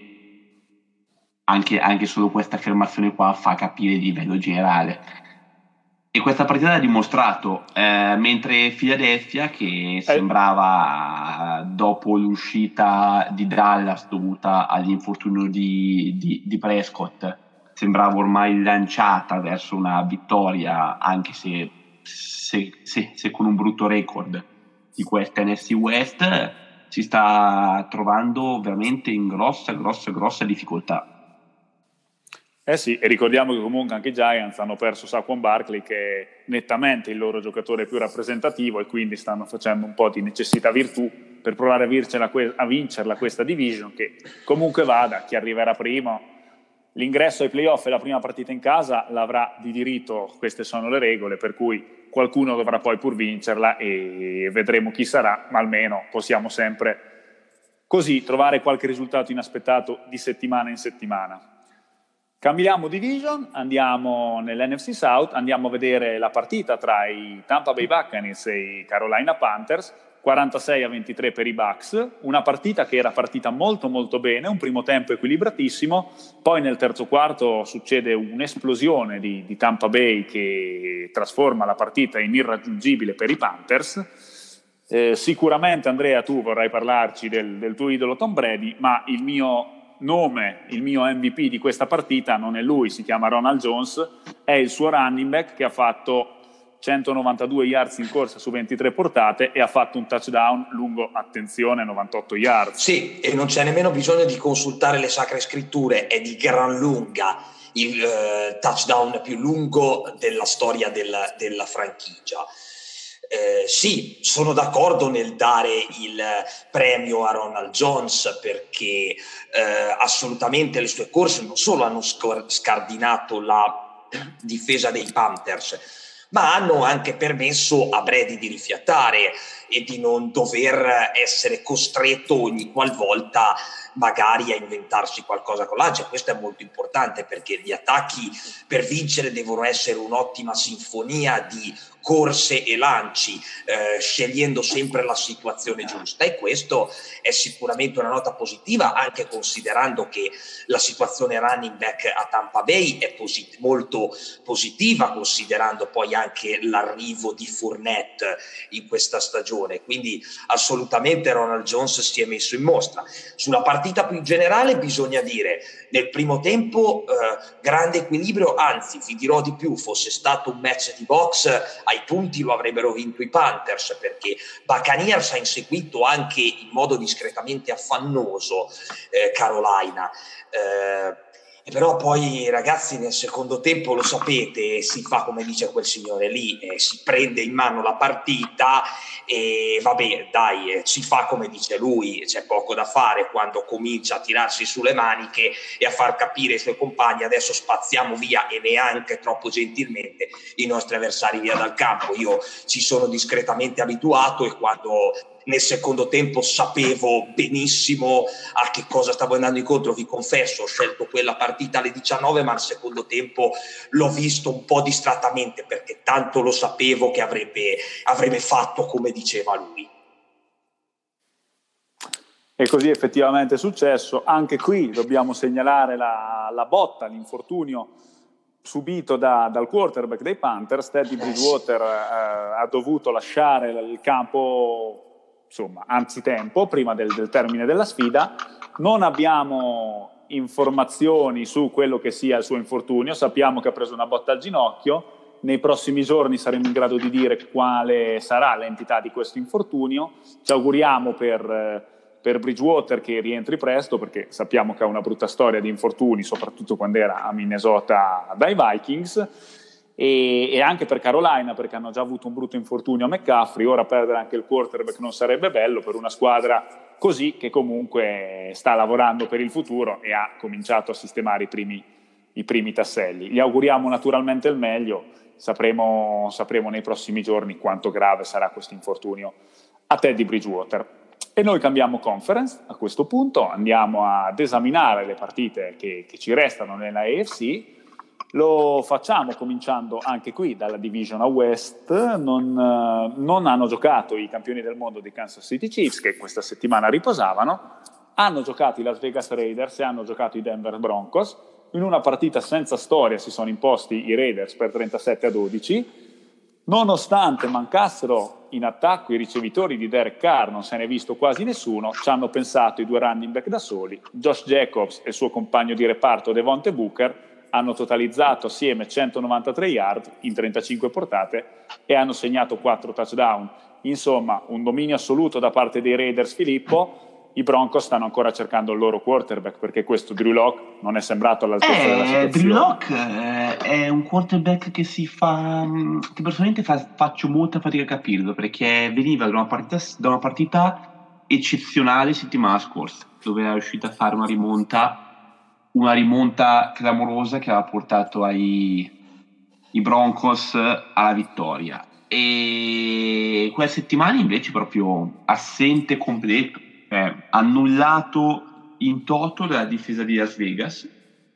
Anche, anche solo questa affermazione qua fa capire il livello generale. E questa partita l'ha dimostrato, eh, mentre Philadelphia, che sembrava dopo l'uscita di Dallas dovuta all'infortunio di, di, di Prescott, sembrava ormai lanciata verso una vittoria, anche se, se, se, se con un brutto record di questa N F C West, si sta trovando veramente in grossa, grossa, grossa difficoltà. Eh sì, e ricordiamo che comunque anche i Giants hanno perso Saquon Barkley, che è nettamente il loro giocatore più rappresentativo, e quindi stanno facendo un po' di necessità virtù per provare a vincerla, a vincerla questa division, che comunque vada, chi arriverà primo, l'ingresso ai playoff e la prima partita in casa l'avrà di diritto, queste sono le regole, per cui qualcuno dovrà poi pur vincerla e vedremo chi sarà, ma almeno possiamo sempre così trovare qualche risultato inaspettato di settimana in settimana. Cambiamo division, andiamo nell'N F C South, andiamo a vedere la partita tra i Tampa Bay Buccaneers e i Carolina Panthers, quarantasei a ventitré per i Bucs, una partita che era partita molto molto bene, un primo tempo equilibratissimo, poi nel terzo quarto succede un'esplosione di, di Tampa Bay che trasforma la partita in irraggiungibile per i Panthers. Eh, sicuramente Andrea tu vorrai parlarci del, del tuo idolo Tom Brady, ma il mio nome, il mio M V P di questa partita non è lui, si chiama Ronald Jones, è il suo running back che ha fatto centonovantadue yards in corsa su ventitré portate e ha fatto un touchdown lungo, attenzione, novantotto yards. Sì, e non c'è nemmeno bisogno di consultare le sacre scritture, è di gran lunga il uh, touchdown più lungo della storia della, della franchigia. Eh, sì, sono d'accordo nel dare il premio a Ronald Jones, perché eh, assolutamente le sue corse non solo hanno scor- scardinato la difesa dei Panthers, ma hanno anche permesso a Brady di rifiatare. e di non dover essere costretto ogni qualvolta magari a inventarsi qualcosa con l'Agia. Questo è molto importante, perché gli attacchi per vincere devono essere un'ottima sinfonia di corse e lanci, eh, scegliendo sempre la situazione giusta, e questo è sicuramente una nota positiva, anche considerando che la situazione running back a Tampa Bay è posit- molto positiva, considerando poi anche l'arrivo di Fournette in questa stagione. Quindi assolutamente Ronald Jones si è messo in mostra. Sulla partita più in generale bisogna dire, nel primo tempo eh, grande equilibrio, anzi vi dirò di più, fosse stato un match di box ai punti lo avrebbero vinto i Panthers, perché Buccaneers ha inseguito anche in modo discretamente affannoso eh, Carolina, eh, e però poi ragazzi nel secondo tempo, lo sapete, si fa come dice quel signore lì, eh, si prende in mano la partita e vabbè dai, eh, si fa come dice lui, c'è poco da fare quando comincia a tirarsi sulle maniche e a far capire ai suoi compagni adesso spazziamo via, e neanche troppo gentilmente, i nostri avversari via dal campo. Io ci sono discretamente abituato, e quando nel secondo tempo sapevo benissimo a che cosa stavo andando incontro, vi confesso, ho scelto quella partita alle diciannove, ma al secondo tempo l'ho visto un po' distrattamente, perché tanto lo sapevo che avrebbe, avrebbe fatto come diceva lui. E così effettivamente è successo. Anche qui dobbiamo segnalare la, la botta, l'infortunio subito da, dal quarterback dei Panthers. Teddy Bridgewater eh, ha dovuto lasciare il campo insomma anzitempo, prima del, del termine della sfida. Non abbiamo informazioni su quello che sia il suo infortunio, sappiamo che ha preso una botta al ginocchio. Nei prossimi giorni saremo in grado di dire quale sarà l'entità di questo infortunio. Ci auguriamo per, per Bridgewater che rientri presto, perché sappiamo che ha una brutta storia di infortuni, soprattutto quando era a Minnesota dai Vikings. E, e anche per Carolina, perché hanno già avuto un brutto infortunio a McCaffrey. Ora perdere anche il quarterback non sarebbe bello per una squadra così, che comunque sta lavorando per il futuro e ha cominciato a sistemare i primi, i primi tasselli. Gli auguriamo naturalmente il meglio, sapremo, sapremo nei prossimi giorni quanto grave sarà questo infortunio a Teddy Bridgewater. E noi cambiamo conference a questo punto, andiamo ad esaminare le partite che, che ci restano nella A F C. Lo facciamo cominciando anche qui dalla Division a West. Non, non hanno giocato i campioni del mondo di Kansas City Chiefs, che questa settimana riposavano. Hanno giocato i Las Vegas Raiders e hanno giocato i Denver Broncos. In una partita senza storia si sono imposti i Raiders per trentasette a dodici. Nonostante mancassero in attacco i ricevitori di Derek Carr, non se ne è visto quasi nessuno, ci hanno pensato i due running back da soli. Josh Jacobs e il suo compagno di reparto Devontae Booker hanno totalizzato assieme centonovantatré yard in trentacinque portate e hanno segnato quattro touchdown. Insomma, un dominio assoluto da parte dei Raiders, Filippo. I Broncos stanno ancora cercando il loro quarterback, perché questo Drew Lock non è sembrato all'altezza eh, della situazione. Drew Lock eh, è un quarterback che si fa che personalmente fa, faccio molta fatica a capirlo, perché veniva da una partita, da una partita eccezionale settimana scorsa, dove era riuscito a fare una rimonta una rimonta clamorosa che aveva portato ai i Broncos alla vittoria, e quella settimana invece proprio assente completo, eh, annullato in toto dalla difesa di Las Vegas,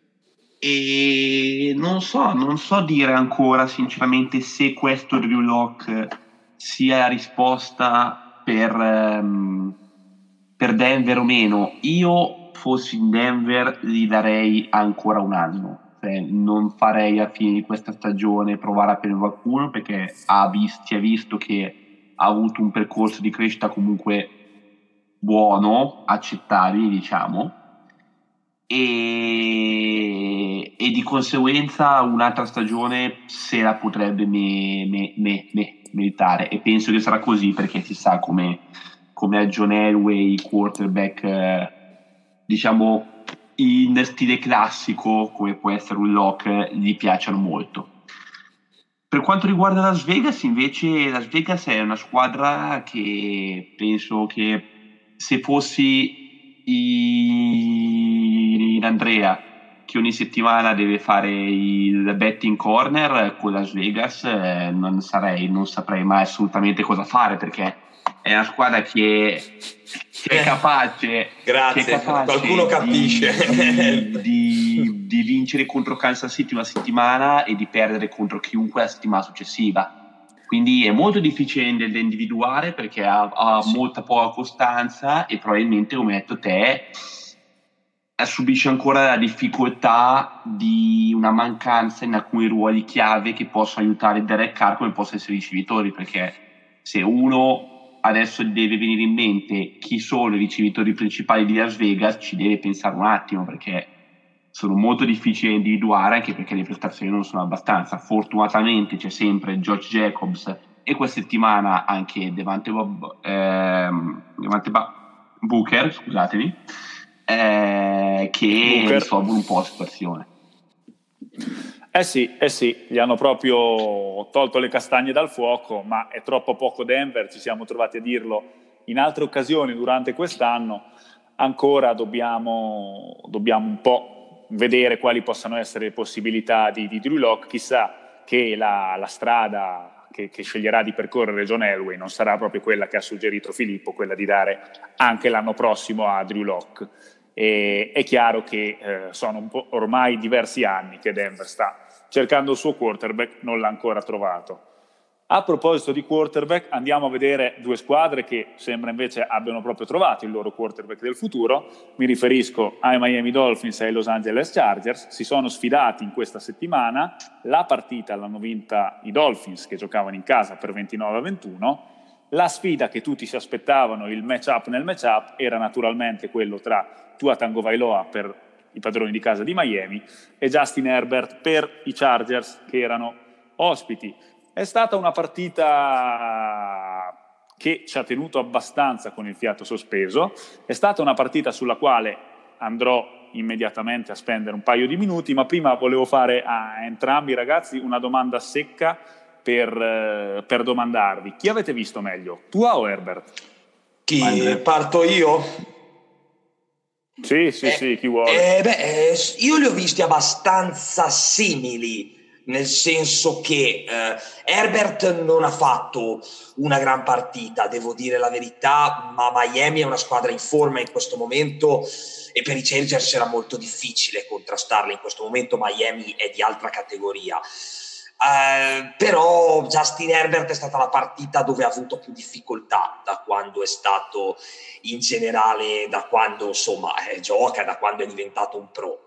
e non so, non so dire ancora sinceramente se questo Drew Lock sia la risposta per, um, per Denver o meno. Io fossi in Denver gli darei ancora un anno, cioè, non farei a fine di questa stagione provare a prendere qualcuno, perché ha visto, si è visto che ha avuto un percorso di crescita comunque buono, accettabile diciamo, e, e di conseguenza un'altra stagione se la potrebbe me, me, me, me, meritare, e penso che sarà così, perché si sa come, come a John Elway quarterback eh, diciamo in stile classico come può essere un Lock gli piacciono molto. Per quanto riguarda Las Vegas invece, Las Vegas è una squadra che penso che se fossi in Andrea che ogni settimana deve fare il betting corner con Las Vegas, eh, non sarei, non saprei mai assolutamente cosa fare, perché è una squadra che, che è capace, Grazie, che è capace qualcuno capisce di, di, di vincere contro Kansas City una settimana e di perdere contro chiunque la settimana successiva. Quindi è molto difficile da individuare, perché ha, ha sì. molta poca costanza e probabilmente, come hai detto te, subisce ancora la difficoltà di una mancanza in alcuni ruoli chiave che possono aiutare Derek Carr, come possono essere i ricevitori, perché se uno adesso deve venire in mente chi sono i ricevitori principali di Las Vegas, ci deve pensare un attimo, perché sono molto difficili da individuare, anche perché le prestazioni non sono abbastanza. Fortunatamente c'è sempre Josh Jacobs e questa settimana anche Devante, Bob, ehm, Devante ba- Booker, scusatemi, eh, che Booker. risolvono un po' la situazione. Eh sì, eh sì, gli hanno proprio tolto le castagne dal fuoco, ma è troppo poco Denver, ci siamo trovati a dirlo in altre occasioni durante quest'anno. Ancora dobbiamo, dobbiamo un po' vedere quali possano essere le possibilità di, di Drew Lock. Chissà che la, la strada che, che sceglierà di percorrere John Elway non sarà proprio quella che ha suggerito Filippo, quella di dare anche l'anno prossimo a Drew Lock. E è chiaro che eh, sono un po' ormai diversi anni che Denver sta cercando il suo quarterback, non l'ha ancora trovato. A proposito di quarterback, andiamo a vedere due squadre che sembra invece abbiano proprio trovato il loro quarterback del futuro. Mi riferisco ai Miami Dolphins e ai Los Angeles Chargers. Si sono sfidati in questa settimana. La partita l'hanno vinta i Dolphins, che giocavano in casa per ventinove a ventuno. La sfida che tutti si aspettavano, il match-up nel match-up, era naturalmente quello tra Tua Tagovailoa per i padroni di casa di Miami e Justin Herbert per i Chargers, che erano ospiti. È stata una partita che ci ha tenuto abbastanza con il fiato sospeso, è stata una partita sulla quale andrò immediatamente a spendere un paio di minuti, ma prima volevo fare a entrambi i ragazzi una domanda secca per, per domandarvi: chi avete visto meglio, Tua o Herbert? Chi Andre. parto io? Sì, sì, eh, sì, chi vuole. Eh, beh, eh, io li ho visti abbastanza simili, nel senso che eh, Herbert non ha fatto una gran partita, devo dire la verità, ma Miami è una squadra in forma in questo momento e per i Chargers era molto difficile contrastarla in questo momento. Miami è di altra categoria. Uh, però Justin Herbert è stata la partita dove ha avuto più difficoltà da quando è stato in generale, da quando insomma eh, gioca, da quando è diventato un pro.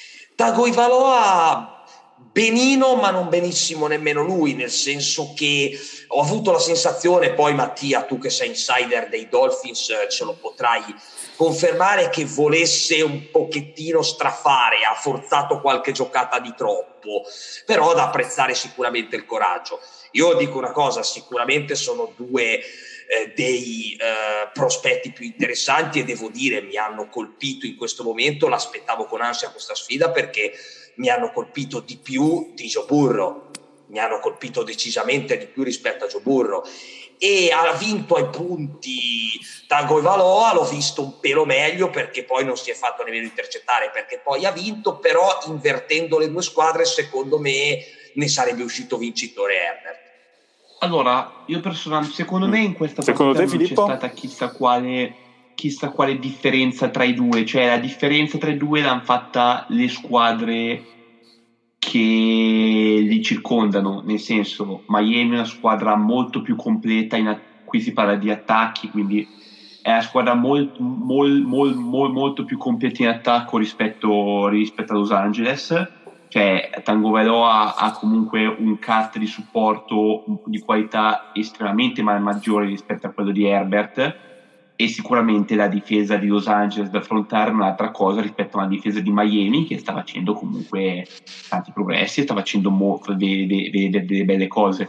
Tagovailoa benino, ma non benissimo nemmeno lui, nel senso che ho avuto la sensazione, poi Mattia, tu che sei insider dei Dolphins ce lo potrai confermare, che volesse un pochettino strafare, ha forzato qualche giocata di troppo, però da apprezzare sicuramente il coraggio. Io dico una cosa, sicuramente sono due eh, dei eh, prospetti più interessanti e devo dire mi hanno colpito in questo momento, l'aspettavo con ansia questa sfida perché mi hanno colpito di più di Joe Burrow, mi hanno colpito decisamente di più rispetto a Joe Burrow, e ha vinto ai punti Tagovailoa, l'ho visto un pelo meglio perché poi non si è fatto nemmeno intercettare, perché poi ha vinto, però invertendo le due squadre secondo me ne sarebbe uscito vincitore Herbert. Allora, io personalmente, secondo me in questa Secondo partita te, non Filippo? c'è stata chissà quale, chissà quale differenza tra i due, cioè la differenza tra i due l'hanno fatta le squadre che li circondano, nel senso Miami è una squadra molto più completa, in, qui si parla di attacchi, quindi è una squadra molto, molto, molto, molto più completa in attacco rispetto, rispetto a Los Angeles. Cioè Tagovailoa ha comunque un cast di supporto di qualità estremamente maggiore rispetto a quello di Herbert, e sicuramente la difesa di Los Angeles da affrontare è un'altra cosa rispetto alla difesa di Miami, che sta facendo comunque tanti progressi, sta facendo mo- delle, delle, delle belle cose.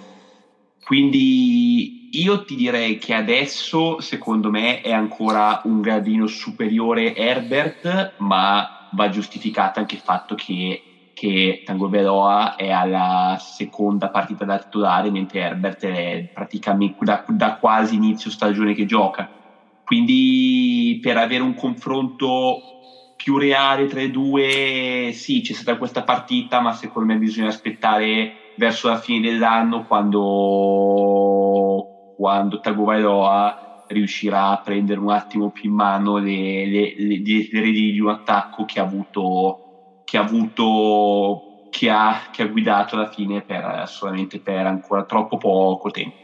Quindi io ti direi che adesso secondo me è ancora un gradino superiore Herbert, ma va giustificato anche il fatto che che Tagovailoa è alla seconda partita da titolare, mentre Herbert è praticamente da, da quasi inizio stagione che gioca. Quindi per avere un confronto più reale tra i due, sì, c'è stata questa partita, ma secondo me bisogna aspettare verso la fine dell'anno, quando, quando Tagovailoa riuscirà a prendere un attimo più in mano le, le, le, le redini di un attacco che ha avuto, che ha avuto che ha, che ha guidato alla fine per, solamente per ancora troppo poco tempo.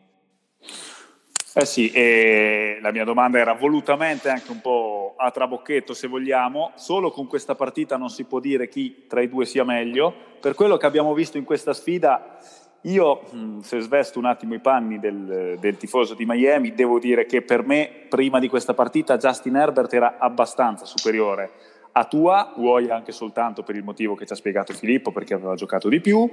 Eh sì, e la mia domanda era volutamente anche un po' a trabocchetto, se vogliamo. Solo con questa partita non si può dire chi tra i due sia meglio. Per quello che abbiamo visto in questa sfida, io, se svesto un attimo i panni del, del tifoso di Miami, devo dire che per me, prima di questa partita, Justin Herbert era abbastanza superiore a Tua, vuoi anche soltanto per il motivo che ci ha spiegato Filippo, perché aveva giocato di più,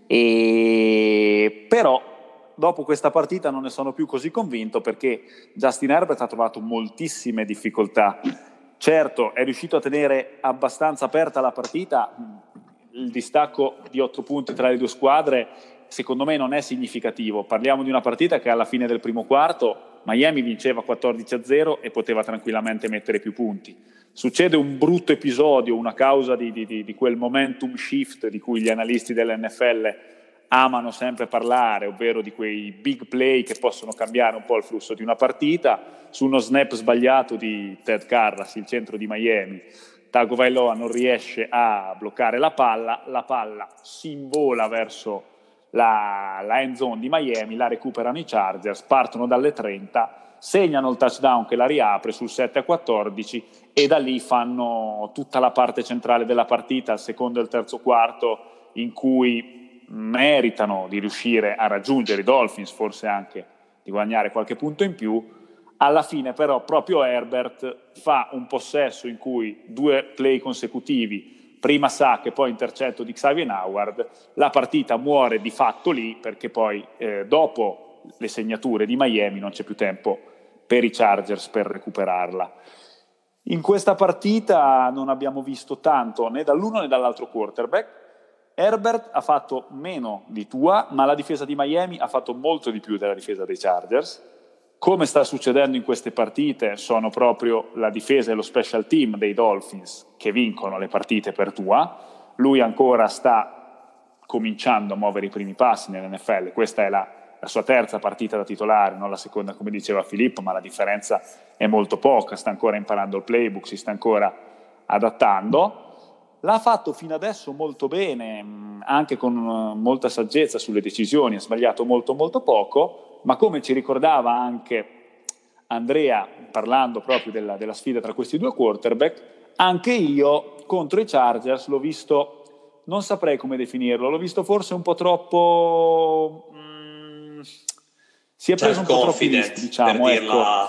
e però dopo questa partita non ne sono più così convinto, perché Justin Herbert ha trovato moltissime difficoltà. Certo, è riuscito a tenere abbastanza aperta la partita, il distacco di otto punti tra le due squadre secondo me non è significativo. Parliamo di una partita che alla fine del primo quarto Miami vinceva quattordici a zero e poteva tranquillamente mettere più punti. Succede un brutto episodio, una causa di, di, di quel momentum shift di cui gli analisti dell'N F L amano sempre parlare, ovvero di quei big play che possono cambiare un po' il flusso di una partita. Su uno snap sbagliato di Ted Karras, il centro di Miami, Tagovailoa non riesce a bloccare la palla, la palla si invola verso la, la end zone di Miami, la recuperano i Chargers, partono dalle trenta, segnano il touchdown che la riapre sul sette a quattordici e da lì fanno tutta la parte centrale della partita, il secondo e il terzo quarto, in cui meritano di riuscire a raggiungere i Dolphins, forse anche di guadagnare qualche punto in più. Alla fine però proprio Herbert fa un possesso in cui due play consecutivi, prima sack e poi intercetto di Xavier Howard, la partita muore di fatto lì, perché poi eh, dopo le segnature di Miami non c'è più tempo per i Chargers per recuperarla. In questa partita non abbiamo visto tanto né dall'uno né dall'altro quarterback. Herbert ha fatto meno di Tua, ma la difesa di Miami ha fatto molto di più della difesa dei Chargers. Come sta succedendo in queste partite, sono proprio la difesa e lo special team dei Dolphins che vincono le partite per Tua. Lui ancora sta cominciando a muovere i primi passi nell'N F L, questa è la, la sua terza partita da titolare, non la seconda come diceva Filippo, ma la differenza è molto poca, sta ancora imparando il playbook, si sta ancora adattando. L'ha fatto fino adesso molto bene, anche con molta saggezza sulle decisioni, ha sbagliato molto molto poco, ma come ci ricordava anche Andrea parlando proprio della, della sfida tra questi due quarterback, anche io contro i Chargers l'ho visto, non saprei come definirlo, l'ho visto forse un po' troppo, mh, si è preso un po' troppi rischi, diciamo, per ecco. dirla...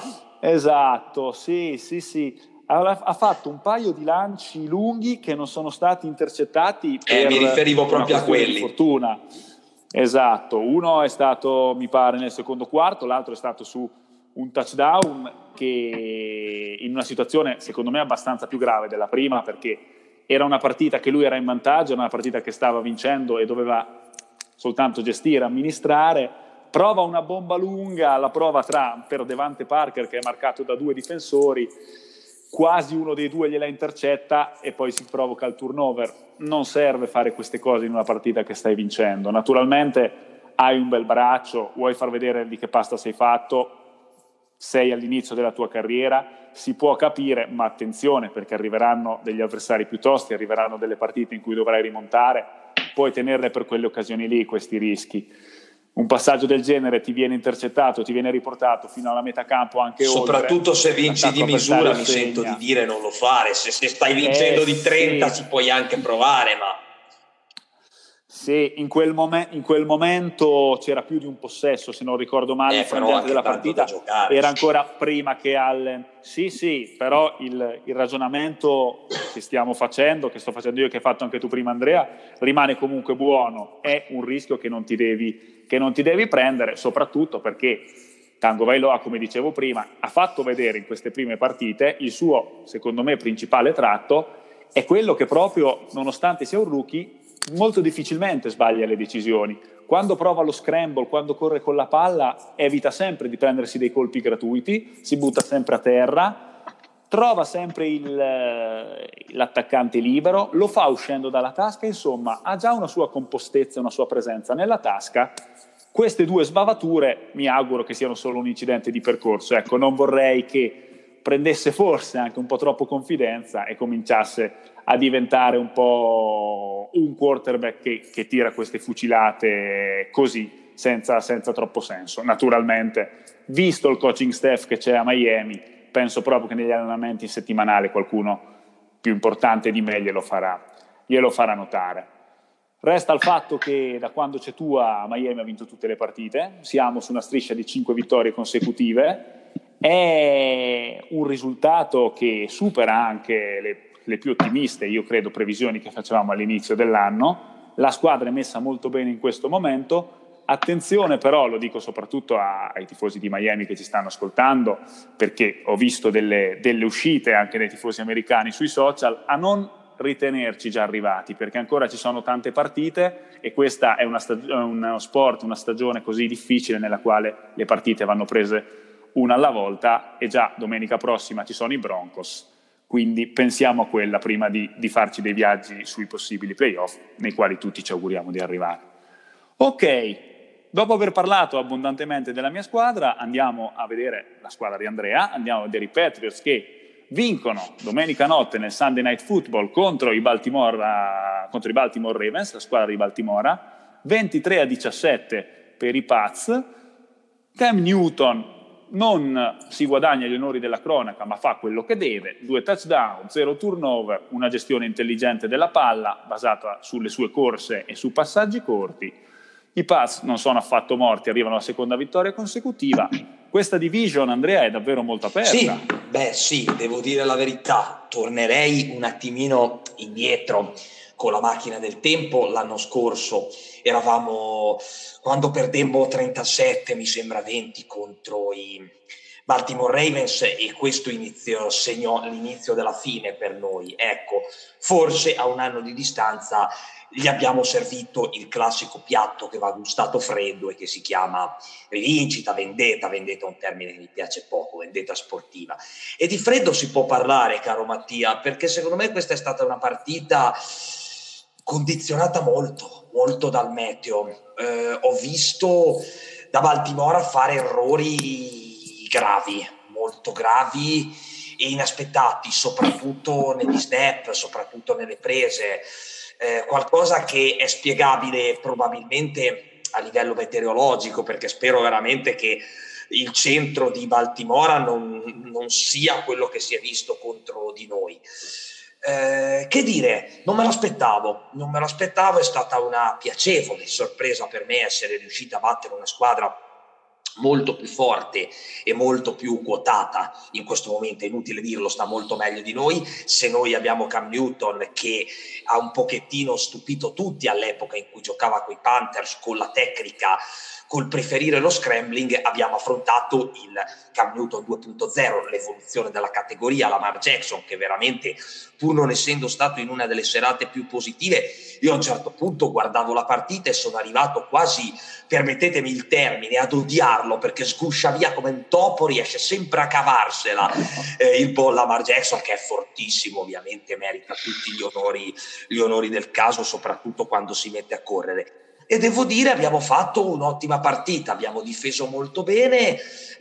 Esatto, sì, sì, sì. Ha fatto un paio di lanci lunghi che non sono stati intercettati eh, per mi riferivo proprio a quelli di fortuna. Esatto, uno è stato mi pare nel secondo quarto, l'altro è stato su un touchdown che in una situazione secondo me abbastanza più grave della prima, perché era una partita che lui era in vantaggio, era una partita che stava vincendo e doveva soltanto gestire, amministrare. Prova una bomba lunga, la prova tra per Devante Parker che è marcato da due difensori, quasi uno dei due gliela intercetta e poi si provoca il turnover. Non serve fare queste cose in una partita che stai vincendo. Naturalmente hai un bel braccio, vuoi far vedere di che pasta sei fatto, sei all'inizio della tua carriera, si può capire, ma attenzione, perché arriveranno degli avversari più tosti, arriveranno delle partite in cui dovrai rimontare, puoi tenerle per quelle occasioni lì, questi rischi. Un passaggio del genere ti viene intercettato, ti viene riportato fino alla metà campo, anche soprattutto oltre, se vinci di misura, mi sento di dire non lo fare. Se, se stai vincendo eh, di trenta sì. ci puoi anche provare, ma sì, in quel, momen- in quel momento c'era più di un possesso, se non ricordo male, eh, il frangente della partita giocare, era sì. ancora prima che Allen. Sì, sì, però il, il ragionamento che stiamo facendo, che sto facendo io e che hai fatto anche tu prima Andrea, rimane comunque buono. È un rischio che non ti devi, che non ti devi prendere, soprattutto perché Tagovailoa, come dicevo prima, ha fatto vedere in queste prime partite il suo, secondo me, principale tratto è quello che proprio, nonostante sia un rookie, molto difficilmente sbaglia le decisioni. Quando prova lo scramble, quando corre con la palla, evita sempre di prendersi dei colpi gratuiti, si butta sempre a terra, trova sempre il, l'attaccante libero, lo fa uscendo dalla tasca, insomma ha già una sua compostezza, una sua presenza nella tasca. Queste due sbavature mi auguro che siano solo un incidente di percorso, ecco, non vorrei che prendesse forse anche un po' troppo confidenza e cominciasse a diventare un po' un quarterback che, che tira queste fucilate così, senza, senza troppo senso. Naturalmente, visto il coaching staff che c'è a Miami, penso proprio che negli allenamenti settimanali qualcuno più importante di me glielo farà, glielo farà notare. Resta il fatto che da quando c'è Tua Miami ha vinto tutte le partite, siamo su una striscia di cinque vittorie consecutive, è un risultato che supera anche le, le più ottimiste, io credo, previsioni che facevamo all'inizio dell'anno. La squadra è messa molto bene in questo momento. Attenzione però, lo dico soprattutto a, ai tifosi di Miami che ci stanno ascoltando, perché ho visto delle, delle uscite anche dei tifosi americani sui social, a non ritenerci già arrivati, perché ancora ci sono tante partite e questa è una stag- uno sport, una stagione così difficile nella quale le partite vanno prese una alla volta, e già domenica prossima ci sono i Broncos, quindi pensiamo a quella prima di, di farci dei viaggi sui possibili playoff nei quali tutti ci auguriamo di arrivare. Ok, dopo aver parlato abbondantemente della mia squadra, andiamo a vedere la squadra di Andrea, andiamo a vedere i Patriots che vincono domenica notte nel Sunday Night Football contro i Baltimore, contro i Baltimore Ravens, la squadra di Baltimora, ventitré a diciassette per i Pats. Cam Newton non si guadagna gli onori della cronaca, ma fa quello che deve: due touchdown, zero turnover, una gestione intelligente della palla basata sulle sue corse e su passaggi corti. I Pats non sono affatto morti, arrivano alla seconda vittoria consecutiva. Questa division, Andrea, è davvero molto aperta. Sì, beh sì, devo dire la verità, tornerei un attimino indietro con la macchina del tempo. L'anno scorso eravamo, quando perdemmo trentasette, mi sembra venti, contro i Baltimore Ravens, e questo inizio segnò l'inizio della fine per noi. Ecco, forse a un anno di distanza gli abbiamo servito il classico piatto che va gustato freddo e che si chiama rivincita, vendetta. Vendetta è un termine che mi piace poco, vendetta sportiva. E di freddo si può parlare, caro Mattia, perché secondo me questa è stata una partita condizionata molto, molto dal meteo. Eh, ho visto da Baltimora fare errori gravi, molto gravi e inaspettati, soprattutto negli snap, soprattutto nelle prese. Eh, qualcosa che è spiegabile probabilmente a livello meteorologico, perché spero veramente che il centro di Baltimora non, non sia quello che si è visto contro di noi. Eh, che dire, non me l'aspettavo, non me l'aspettavo, è stata una piacevole sorpresa per me essere riuscita a battere una squadra molto più forte e molto più quotata. In questo momento, è inutile dirlo, sta molto meglio di noi. Se noi abbiamo Cam Newton che ha un pochettino stupito tutti all'epoca in cui giocava coi Panthers con la tecnica, col preferire lo scrambling, abbiamo affrontato il Cam Newton due punto zero, l'evoluzione della categoria, Lamar Jackson, che veramente, pur non essendo stato in una delle serate più positive, io a un certo punto guardavo la partita e sono arrivato quasi, permettetemi il termine, ad odiarlo, perché sguscia via come un topo, riesce sempre a cavarsela. Eh, il buon Lamar Jackson, che è fortissimo, ovviamente merita tutti gli onori, gli onori del caso, soprattutto quando si mette a correre. E devo dire, abbiamo fatto un'ottima partita, abbiamo difeso molto bene,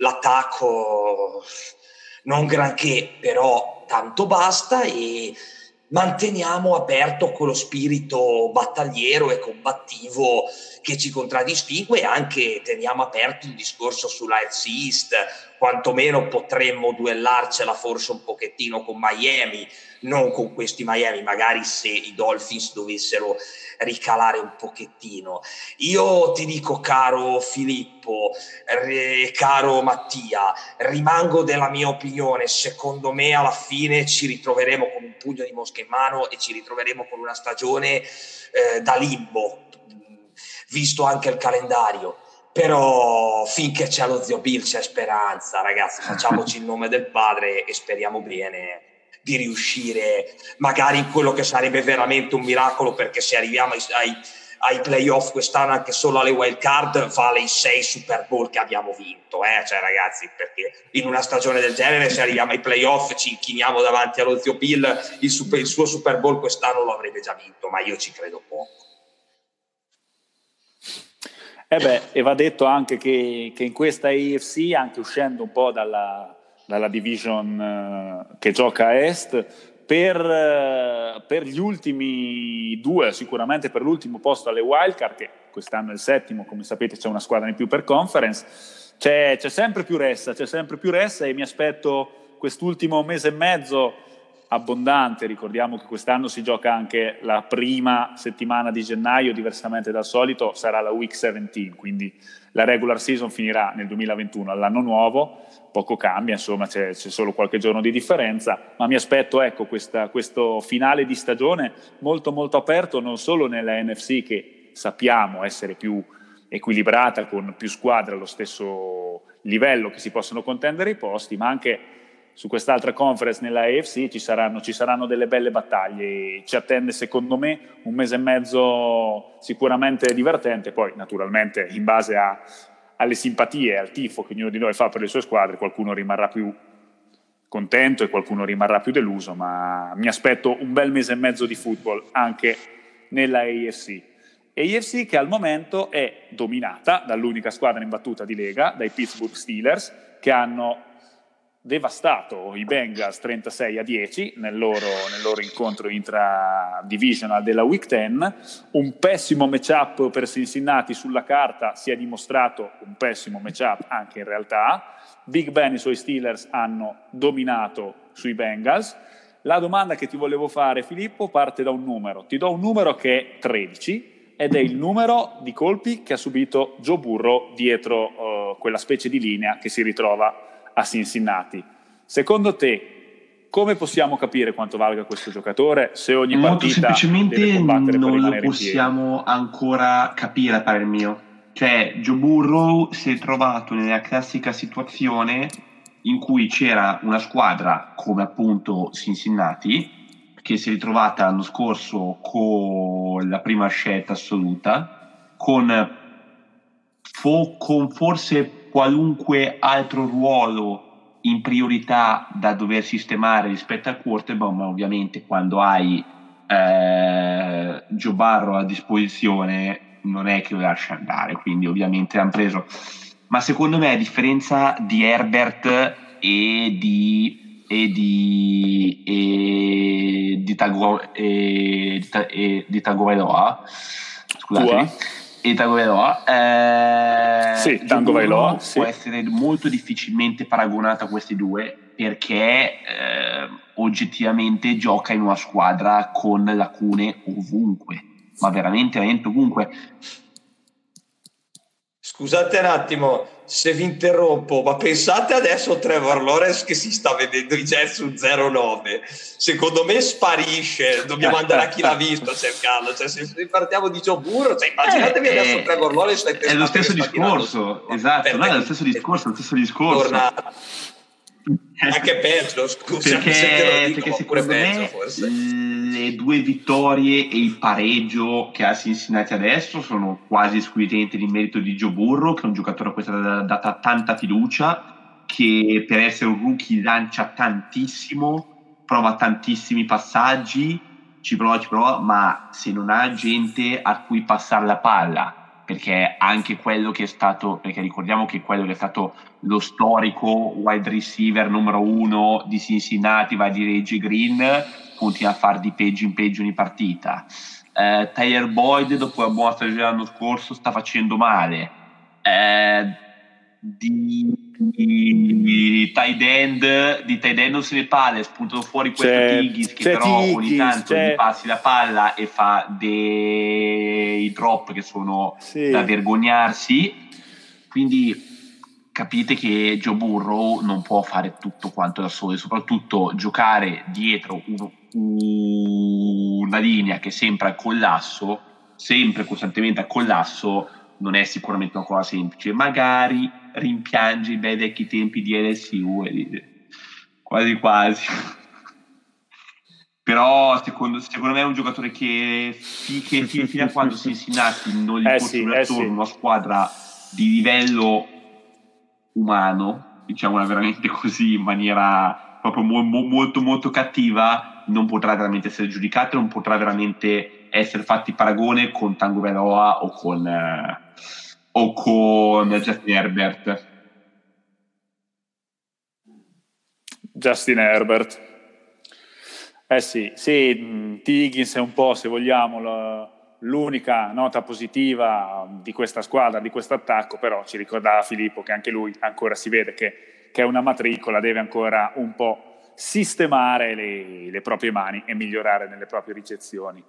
l'attacco non granché, però tanto basta, e manteniamo aperto quello spirito battagliero e combattivo che ci contraddistingue, e anche teniamo aperto il discorso sulla A F C East. Quantomeno potremmo duellarcela forse un pochettino con Miami, non con questi Miami, magari se i Dolphins dovessero ricalare un pochettino. Io ti dico, caro Filippo, eh, caro Mattia, rimango della mia opinione. Secondo me alla fine ci ritroveremo con un pugno di mosche in mano e ci ritroveremo con una stagione eh, da limbo, visto anche il calendario. Però finché c'è lo zio Bill c'è speranza, ragazzi. Facciamoci il nome del padre e speriamo bene di riuscire magari in quello che sarebbe veramente un miracolo, perché se arriviamo ai, ai ai playoff quest'anno, anche solo alle wild card, vale i sei Super Bowl che abbiamo vinto, eh? Cioè ragazzi, perché in una stagione del genere, se arriviamo ai playoff ci inchiniamo davanti allo zio Bill, il, super, il suo Super Bowl quest'anno lo avrebbe già vinto, ma io ci credo poco. Eh beh, e va detto anche che, che in questa A F C, anche uscendo un po' dalla, dalla division uh, che gioca a Est, per, uh, per gli ultimi due, sicuramente per l'ultimo posto alle wildcard, che quest'anno è il settimo, come sapete c'è una squadra in più per conference, c'è, c'è sempre più ressa, c'è sempre più ressa e mi aspetto quest'ultimo mese e mezzo abbondante. Ricordiamo che quest'anno si gioca anche la prima settimana di gennaio, diversamente dal solito sarà la week diciannove, quindi la regular season finirà nel duemilaventuno, all'anno nuovo poco cambia, insomma c'è, c'è solo qualche giorno di differenza, ma mi aspetto ecco questa, questo finale di stagione molto molto aperto, non solo nella N F C che sappiamo essere più equilibrata, con più squadre allo stesso livello che si possono contendere i posti, ma anche su quest'altra conference nella A F C ci saranno, ci saranno delle belle battaglie. Ci attende secondo me un mese e mezzo sicuramente divertente, poi naturalmente in base a, alle simpatie e al tifo che ognuno di noi fa per le sue squadre qualcuno rimarrà più contento e qualcuno rimarrà più deluso, ma mi aspetto un bel mese e mezzo di football anche nella A F C. A F C che al momento è dominata dall'unica squadra imbattuta di Lega, dai Pittsburgh Steelers, che hanno devastato i Bengals trentasei a dieci nel loro, nel loro incontro intra-divisional della Week dieci. Un pessimo matchup per Cincinnati sulla carta, si è dimostrato un pessimo matchup anche in realtà. Big Ben e i suoi Steelers hanno dominato sui Bengals. La domanda che ti volevo fare, Filippo, parte da un numero. Ti do un numero che è tredici ed è il numero di colpi che ha subito Joe Burrow dietro uh, quella specie di linea che si ritrova a Cincinnati. Secondo te come possiamo capire quanto valga questo giocatore se ogni Molto partita semplicemente deve combattere per non lo rimanere possiamo ancora capire a parer mio. Cioè Joe Burrow si è trovato nella classica situazione in cui c'era una squadra come appunto Cincinnati che si è ritrovata l'anno scorso con la prima scelta assoluta, con, fo- con forse qualunque altro ruolo in priorità da dover sistemare rispetto al quarterback, ma ovviamente quando hai eh, Joe Burrow a disposizione non è che lo lasci andare, quindi ovviamente hanno preso. Ma secondo me a differenza di Herbert e di e di e di Tago, e, di, e di Tagovailoa, scusatemi, e Tagovailoa, eh, sì, Tagovailoa sì. Può essere molto difficilmente paragonato a questi due perché eh, oggettivamente gioca in una squadra con lacune ovunque, ma veramente, veramente ovunque. Scusate un attimo se vi interrompo, ma pensate adesso a Trevor Lawrence che si sta vedendo i Jets su zero nove. Secondo me sparisce, dobbiamo andare a chi l'ha visto a cercarlo. Cioè, se partiamo di Joe Burrow, cioè, immaginatevi eh, adesso Trevor Lawrence è lo stesso discorso, esatto, no, è lo stesso discorso, lo stesso discorso. Tornata. Anche peggio, scusa, perché, dico, perché secondo peggio, me forse. Le due vittorie e il pareggio che ha Cincinnati adesso sono quasi escludenti di merito di Joe Burrow, che è un giocatore a cui è stata data tanta fiducia, che per essere un rookie lancia tantissimo, prova tantissimi passaggi, ci prova, ci prova, ma se non ha gente a cui passare la palla, perché anche quello che è stato, perché ricordiamo che quello che è stato lo storico wide receiver numero uno di Cincinnati, va a dire A J Green, continua a fare di peggio in peggio ogni partita. eh, Tyler Boyd dopo la buona stagione dell'anno scorso sta facendo male. eh, di, di tight end di tight end non se ne parla, è spuntato fuori questo Higgins che però Higgins, ogni tanto c'è. Gli passi la palla e fa dei drop che sono sì. da vergognarsi, quindi capite che Joe Burrow non può fare tutto quanto da solo e soprattutto giocare dietro uno, una linea che è sempre al collasso, sempre costantemente al collasso, non è sicuramente una cosa semplice. Magari rimpiange i bei vecchi tempi di L S U, quasi quasi. però secondo, secondo me è un giocatore che, che fino a quando Cincinnati non gli eh costruisce sì, eh attorno sì. una squadra di livello umano, diciamola veramente così, in maniera proprio mo- mo- molto molto cattiva, non potrà veramente essere giudicato, non potrà veramente essere fatti paragone con Tango Bailoa o con eh, o con Justin Herbert. Justin Herbert. Eh sì, sì, T. Higgins è un po', se vogliamo, la, l'unica nota positiva di questa squadra, di questo attacco, però ci ricordava Filippo che anche lui ancora si vede che, che è una matricola, deve ancora un po' sistemare le, le proprie mani e migliorare nelle proprie ricezioni.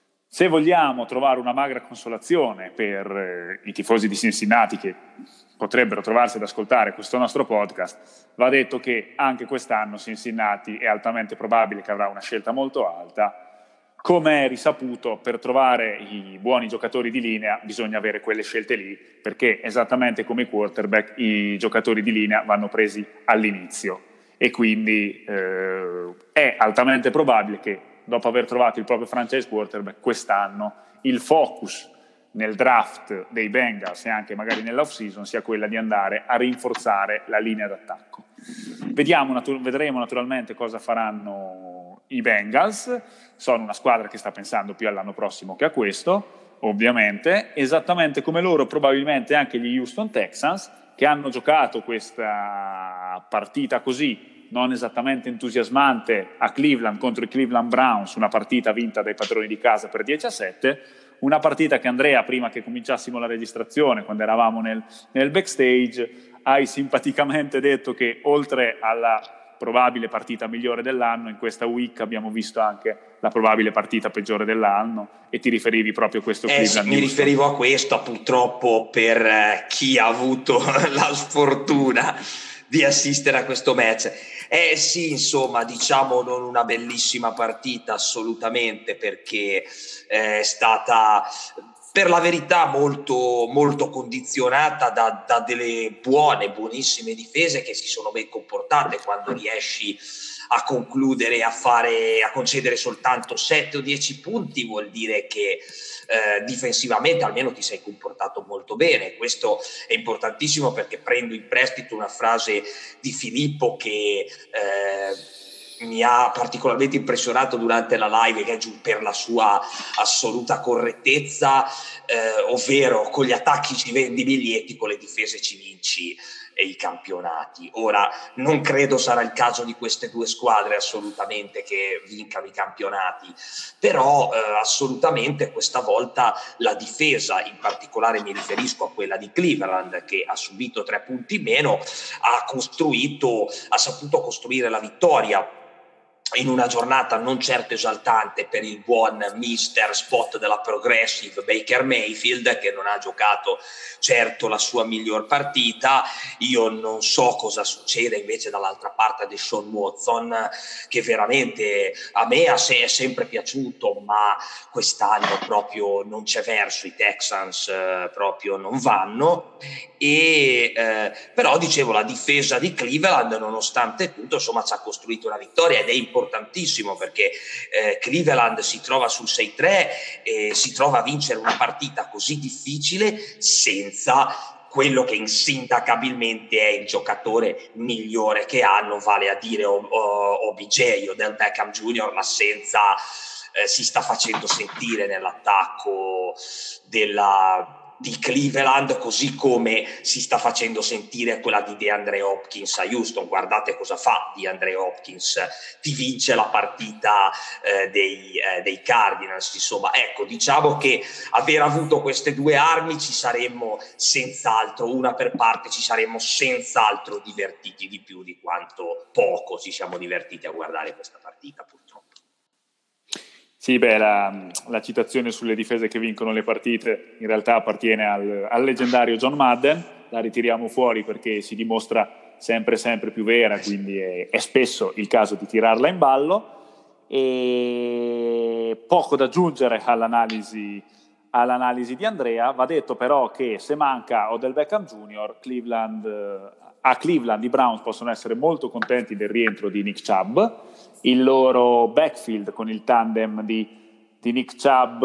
Se vogliamo trovare una magra consolazione per eh, i tifosi di Cincinnati che potrebbero trovarsi ad ascoltare questo nostro podcast, va detto che anche quest'anno Cincinnati è altamente probabile che avrà una scelta molto alta. Come è risaputo, per trovare i buoni giocatori di linea bisogna avere quelle scelte lì, perché esattamente come i quarterback i giocatori di linea vanno presi all'inizio e quindi eh, è altamente probabile che dopo aver trovato il proprio franchise quarterback quest'anno il focus nel draft dei Bengals e anche magari nell'off season sia quella di andare a rinforzare la linea d'attacco. Vediamo, natu- vedremo naturalmente cosa faranno i Bengals. Sono una squadra che sta pensando più all'anno prossimo che a questo, ovviamente, esattamente come loro probabilmente anche gli Houston Texans, che hanno giocato questa partita così non esattamente entusiasmante a Cleveland contro i Cleveland Browns, una partita vinta dai padroni di casa per dieci a sette, una partita che Andrea, prima che cominciassimo la registrazione, quando eravamo nel, nel backstage, hai simpaticamente detto che oltre alla probabile partita migliore dell'anno, in questa week abbiamo visto anche la probabile partita peggiore dell'anno e ti riferivi proprio a questo eh Cleveland sì, mi Houston. riferivo a questo, purtroppo per eh, chi ha avuto la sfortuna di assistere a questo match. Eh sì, insomma, diciamo non una bellissima partita assolutamente, perché è stata per la verità molto, molto condizionata da, da delle buone, buonissime difese che si sono ben comportate. Quando riesci a concludere, a fare, a concedere soltanto sette o dieci punti, vuol dire che eh, difensivamente almeno ti sei comportato molto bene. Questo è importantissimo, perché prendo in prestito una frase di Filippo che eh, mi ha particolarmente impressionato durante la live, che è giù per la sua assoluta correttezza, eh, ovvero con gli attacchi ci vendi biglietti, con le difese ci vinci e i campionati. Ora, non credo sarà il caso di queste due squadre assolutamente che vincano i campionati, però eh, assolutamente questa volta la difesa, in particolare mi riferisco a quella di Cleveland, che ha subito tre punti meno, ha costruito, ha saputo costruire la vittoria in una giornata non certo esaltante per il buon mister spot della Progressive Baker Mayfield, che non ha giocato certo la sua miglior partita. Io non so cosa succede invece dall'altra parte di Sean Watson, che veramente a me è sempre piaciuto, ma quest'anno proprio non c'è verso, i Texans eh, proprio non vanno. E eh, però dicevo, la difesa di Cleveland nonostante tutto insomma ci ha costruito una vittoria, ed è importantissimo, perché eh, Cleveland si trova sul sei tre e si trova a vincere una partita così difficile senza quello che insindacabilmente è il giocatore migliore che hanno, vale a dire O B J, Odell Beckham Junior L'assenza eh, si sta facendo sentire nell'attacco della di Cleveland, così come si sta facendo sentire quella di DeAndre Hopkins a Houston. Guardate cosa fa DeAndre Hopkins, ti vince la partita eh, dei, eh, dei Cardinals. Insomma, ecco, diciamo che aver avuto queste due armi ci saremmo senz'altro, una per parte, ci saremmo senz'altro divertiti di più di quanto poco ci siamo divertiti a guardare questa partita, purtroppo. Sì, beh, la, la citazione sulle difese che vincono le partite in realtà appartiene al, al leggendario John Madden, la ritiriamo fuori perché si dimostra sempre sempre più vera, quindi è, è spesso il caso di tirarla in ballo. E poco da aggiungere all'analisi, all'analisi di Andrea. Va detto però che se manca Odell Beckham Junior, Cleveland a Cleveland i Browns possono essere molto contenti del rientro di Nick Chubb. Il loro backfield con il tandem di, di Nick Chubb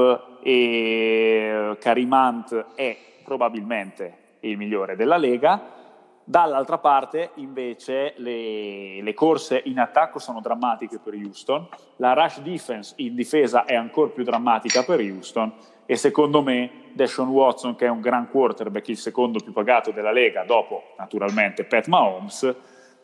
e Kareem Hunt è probabilmente il migliore della Lega. Dall'altra parte invece le, le corse in attacco sono drammatiche per Houston, la rush defense in difesa è ancora più drammatica per Houston, e secondo me Deshaun Watson, che è un gran quarterback, il secondo più pagato della Lega dopo naturalmente Pat Mahomes,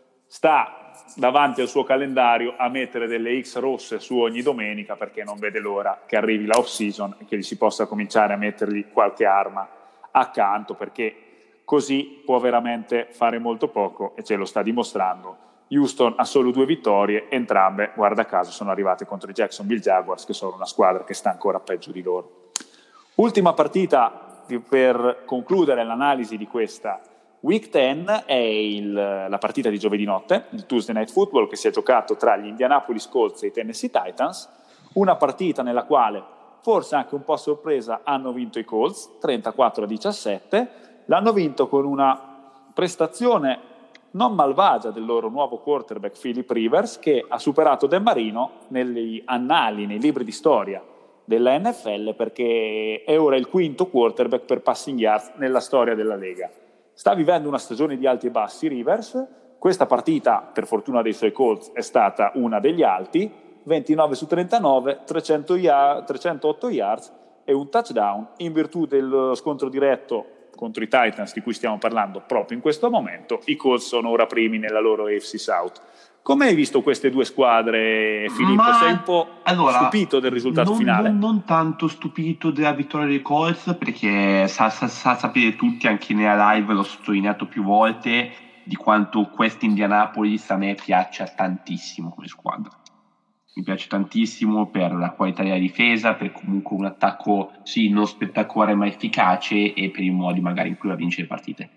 sta davanti al suo calendario a mettere delle X rosse su ogni domenica, perché non vede l'ora che arrivi la off season e che gli si possa cominciare a mettergli qualche arma accanto, perché così può veramente fare molto poco, e ce lo sta dimostrando. Houston ha solo due vittorie, entrambe, guarda caso, sono arrivate contro i Jacksonville Jaguars, che sono una squadra che sta ancora peggio di loro. Ultima partita per concludere l'analisi di questa Week dieci è il, la partita di giovedì notte, il Tuesday Night Football, che si è giocato tra gli Indianapolis Colts e i Tennessee Titans, una partita nella quale, forse anche un po' a sorpresa, hanno vinto i Colts, trentaquattro a diciassette, l'hanno vinto con una prestazione non malvagia del loro nuovo quarterback Philip Rivers, che ha superato Dan Marino negli annali, nei libri di storia della N F L, perché è ora il quinto quarterback per passing yards nella storia della Lega. Sta vivendo una stagione di alti e bassi Rivers. Questa partita, per fortuna dei suoi Colts, è stata una degli alti, ventinove su trentanove, trecento yard, trecentotto yards e un touchdown, in virtù dello scontro diretto contro i Titans di cui stiamo parlando proprio in questo momento. I Colts sono ora primi nella loro A F C South. Come hai visto queste due squadre, Filippo? Ma, Sei un po' allora, stupito del risultato non, finale? Non, non tanto stupito della vittoria dei Colts, perché sa, sa, sa sapere tutti, anche nella live l'ho sottolineato più volte, di quanto questa Indianapolis a me piaccia tantissimo come squadra. Mi piace tantissimo per la qualità della difesa, per comunque un attacco sì non spettacolare ma efficace, e per i modi magari in cui va a vincere le partite.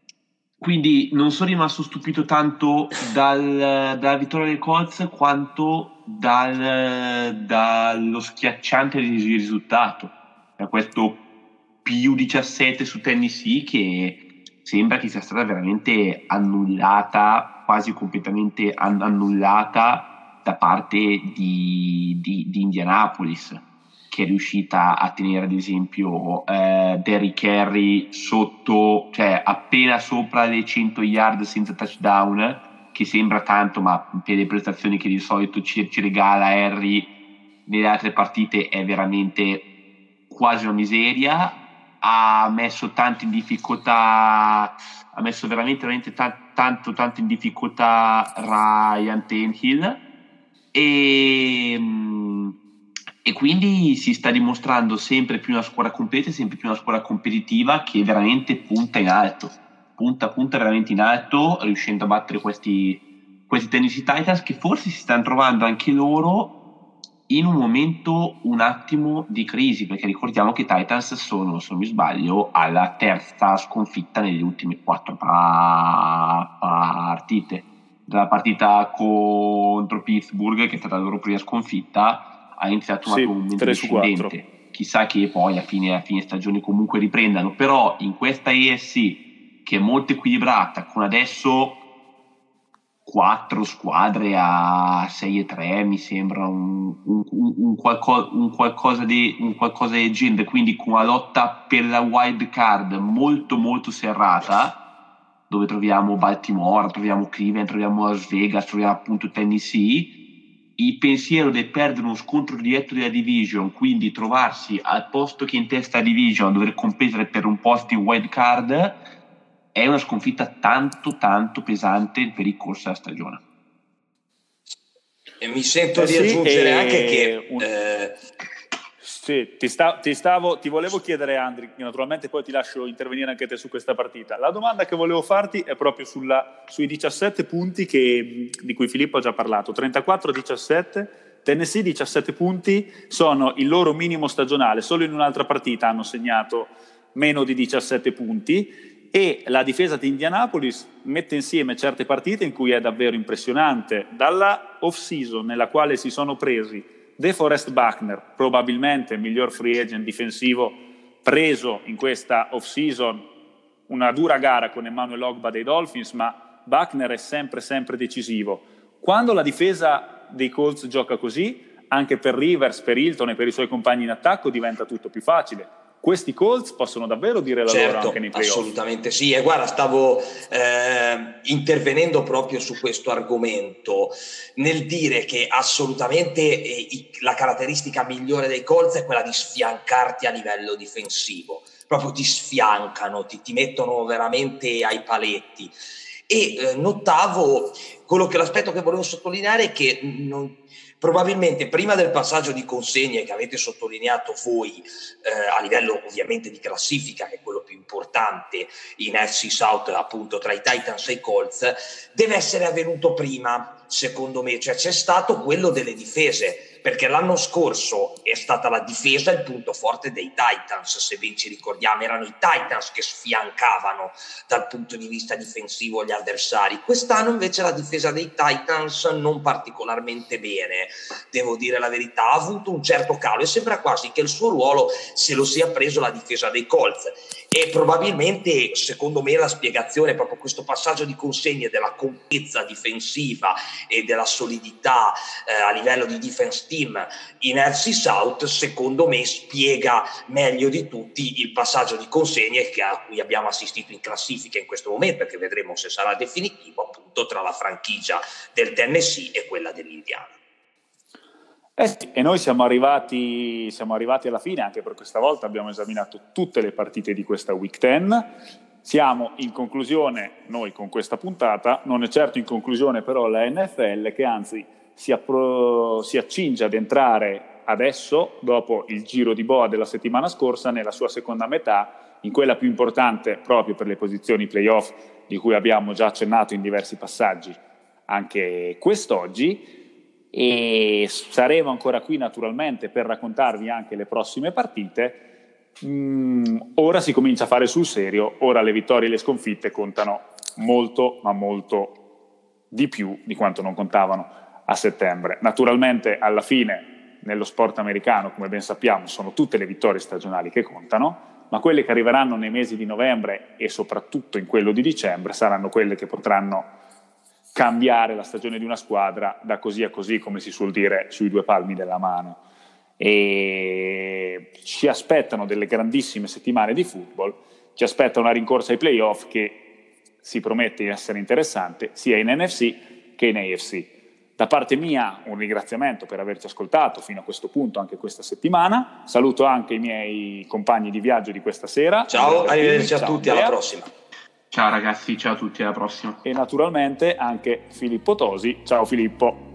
Quindi non sono rimasto stupito tanto dal, dalla vittoria dei Colts quanto dal, dallo schiacciante risultato, da questo più diciassette su Tennessee, che sembra che sia stata veramente annullata, quasi completamente annullata da parte di, di, di Indianapolis, che è riuscita a tenere ad esempio eh, Derrick Henry sotto, cioè appena sopra le cento yard senza touchdown, che sembra tanto, ma per le prestazioni che di solito ci, ci regala Henry nelle altre partite è veramente quasi una miseria. Ha messo tanto in difficoltà, ha messo veramente, veramente t- tanto, tanto in difficoltà Ryan Tannehill, e, e quindi si sta dimostrando sempre più una squadra completa, sempre più una squadra competitiva, che veramente punta in alto, punta, punta veramente in alto, riuscendo a battere questi, questi Tennessee Titans, che forse si stanno trovando anche loro in un momento un attimo di crisi, perché ricordiamo che i Titans sono, se non mi sbaglio, alla terza sconfitta nelle ultime quattro pa- partite. Dalla partita contro Pittsburgh, che è stata la loro prima sconfitta, ha iniziato sì, un momento discendente. Chissà che poi a fine, a fine stagione comunque riprendano, però in questa A F C, che è molto equilibrata, con adesso quattro squadre a sei e tre, mi sembra un, un, un, un, qualco, un, qualcosa di, un qualcosa del genere, quindi con una lotta per la wild card molto molto serrata, dove troviamo Baltimore, troviamo Cleveland, troviamo Las Vegas, troviamo appunto Tennessee. Il pensiero di perdere uno scontro diretto della division, quindi trovarsi al posto che in testa division, dover competere per un posto in wild card, è una sconfitta tanto tanto pesante per il corso della stagione. E mi sento eh di sì, aggiungere anche che un... eh... sì, ti, sta, ti, stavo, ti volevo chiedere, Andri, naturalmente poi ti lascio intervenire anche te su questa partita. La domanda che volevo farti è proprio sulla, sui diciassette punti che, di cui Filippo ha già parlato, trentaquattro a diciassette, Tennessee diciassette punti, sono il loro minimo stagionale, solo in un'altra partita hanno segnato meno di diciassette punti, e la difesa di Indianapolis mette insieme certe partite in cui è davvero impressionante, dalla off-season nella quale si sono presi DeForest Buckner, probabilmente il miglior free agent difensivo preso in questa off-season, una dura gara con Emmanuel Ogba dei Dolphins, ma Buckner è sempre sempre decisivo. Quando la difesa dei Colts gioca così, anche per Rivers, per Hilton e per i suoi compagni in attacco diventa tutto più facile. Questi Colts possono davvero dire la certo, loro anche nei playoff. Assolutamente sì, e guarda, stavo eh, intervenendo proprio su questo argomento nel dire che assolutamente eh, i, la caratteristica migliore dei Colts è quella di sfiancarti a livello difensivo, proprio ti sfiancano, ti, ti mettono veramente ai paletti. E eh, notavo quello che l'aspetto che volevo sottolineare è che non, probabilmente prima del passaggio di consegne che avete sottolineato voi eh, a livello ovviamente di classifica, che è quello più importante in N F C South, appunto tra i Titans e i Colts, deve essere avvenuto prima, secondo me, cioè c'è stato quello delle difese, perché l'anno scorso è stata la difesa il punto forte dei Titans, se ben ci ricordiamo, erano i Titans che sfiancavano dal punto di vista difensivo gli avversari. Quest'anno invece la difesa dei Titans non particolarmente bene, devo dire la verità, ha avuto un certo calo e sembra quasi che il suo ruolo se lo sia preso la difesa dei Colts. E probabilmente, secondo me, la spiegazione è proprio questo passaggio di consegne della completezza difensiva e della solidità eh, a livello di defense team in N F C South, secondo me spiega meglio di tutti il passaggio di consegne che a cui abbiamo assistito in classifica in questo momento, perché vedremo se sarà definitivo, appunto tra la franchigia del Tennessee e quella dell'Indiana. Eh sì, e noi siamo arrivati, siamo arrivati alla fine, anche per questa volta abbiamo esaminato tutte le partite di questa Week dieci. Siamo in conclusione noi con questa puntata, non è certo in conclusione però la N F L, che anzi si, appro- si accinge ad entrare adesso, dopo il giro di boa della settimana scorsa, nella sua seconda metà, in quella più importante proprio per le posizioni playoff di cui abbiamo già accennato in diversi passaggi anche quest'oggi. E saremo ancora qui naturalmente per raccontarvi anche le prossime partite. Mm, ora si comincia a fare sul serio, ora le vittorie e le sconfitte contano molto ma molto di più di quanto non contavano a settembre. Naturalmente alla fine nello sport americano, come ben sappiamo, sono tutte le vittorie stagionali che contano, ma quelle che arriveranno nei mesi di novembre e soprattutto in quello di dicembre saranno quelle che potranno cambiare la stagione di una squadra da così a così, come si suol dire, sui due palmi della mano. E ci aspettano delle grandissime settimane di football, ci aspetta una rincorsa ai playoff che si promette di essere interessante sia in N F C che in A F C. Da parte mia un ringraziamento per averci ascoltato fino a questo punto anche questa settimana. Saluto anche i miei compagni di viaggio di questa sera. Ciao, arrivederci a tutti, alla prossima. Ciao ragazzi, ciao a tutti, alla prossima. E naturalmente anche Filippo Tosi. Ciao Filippo.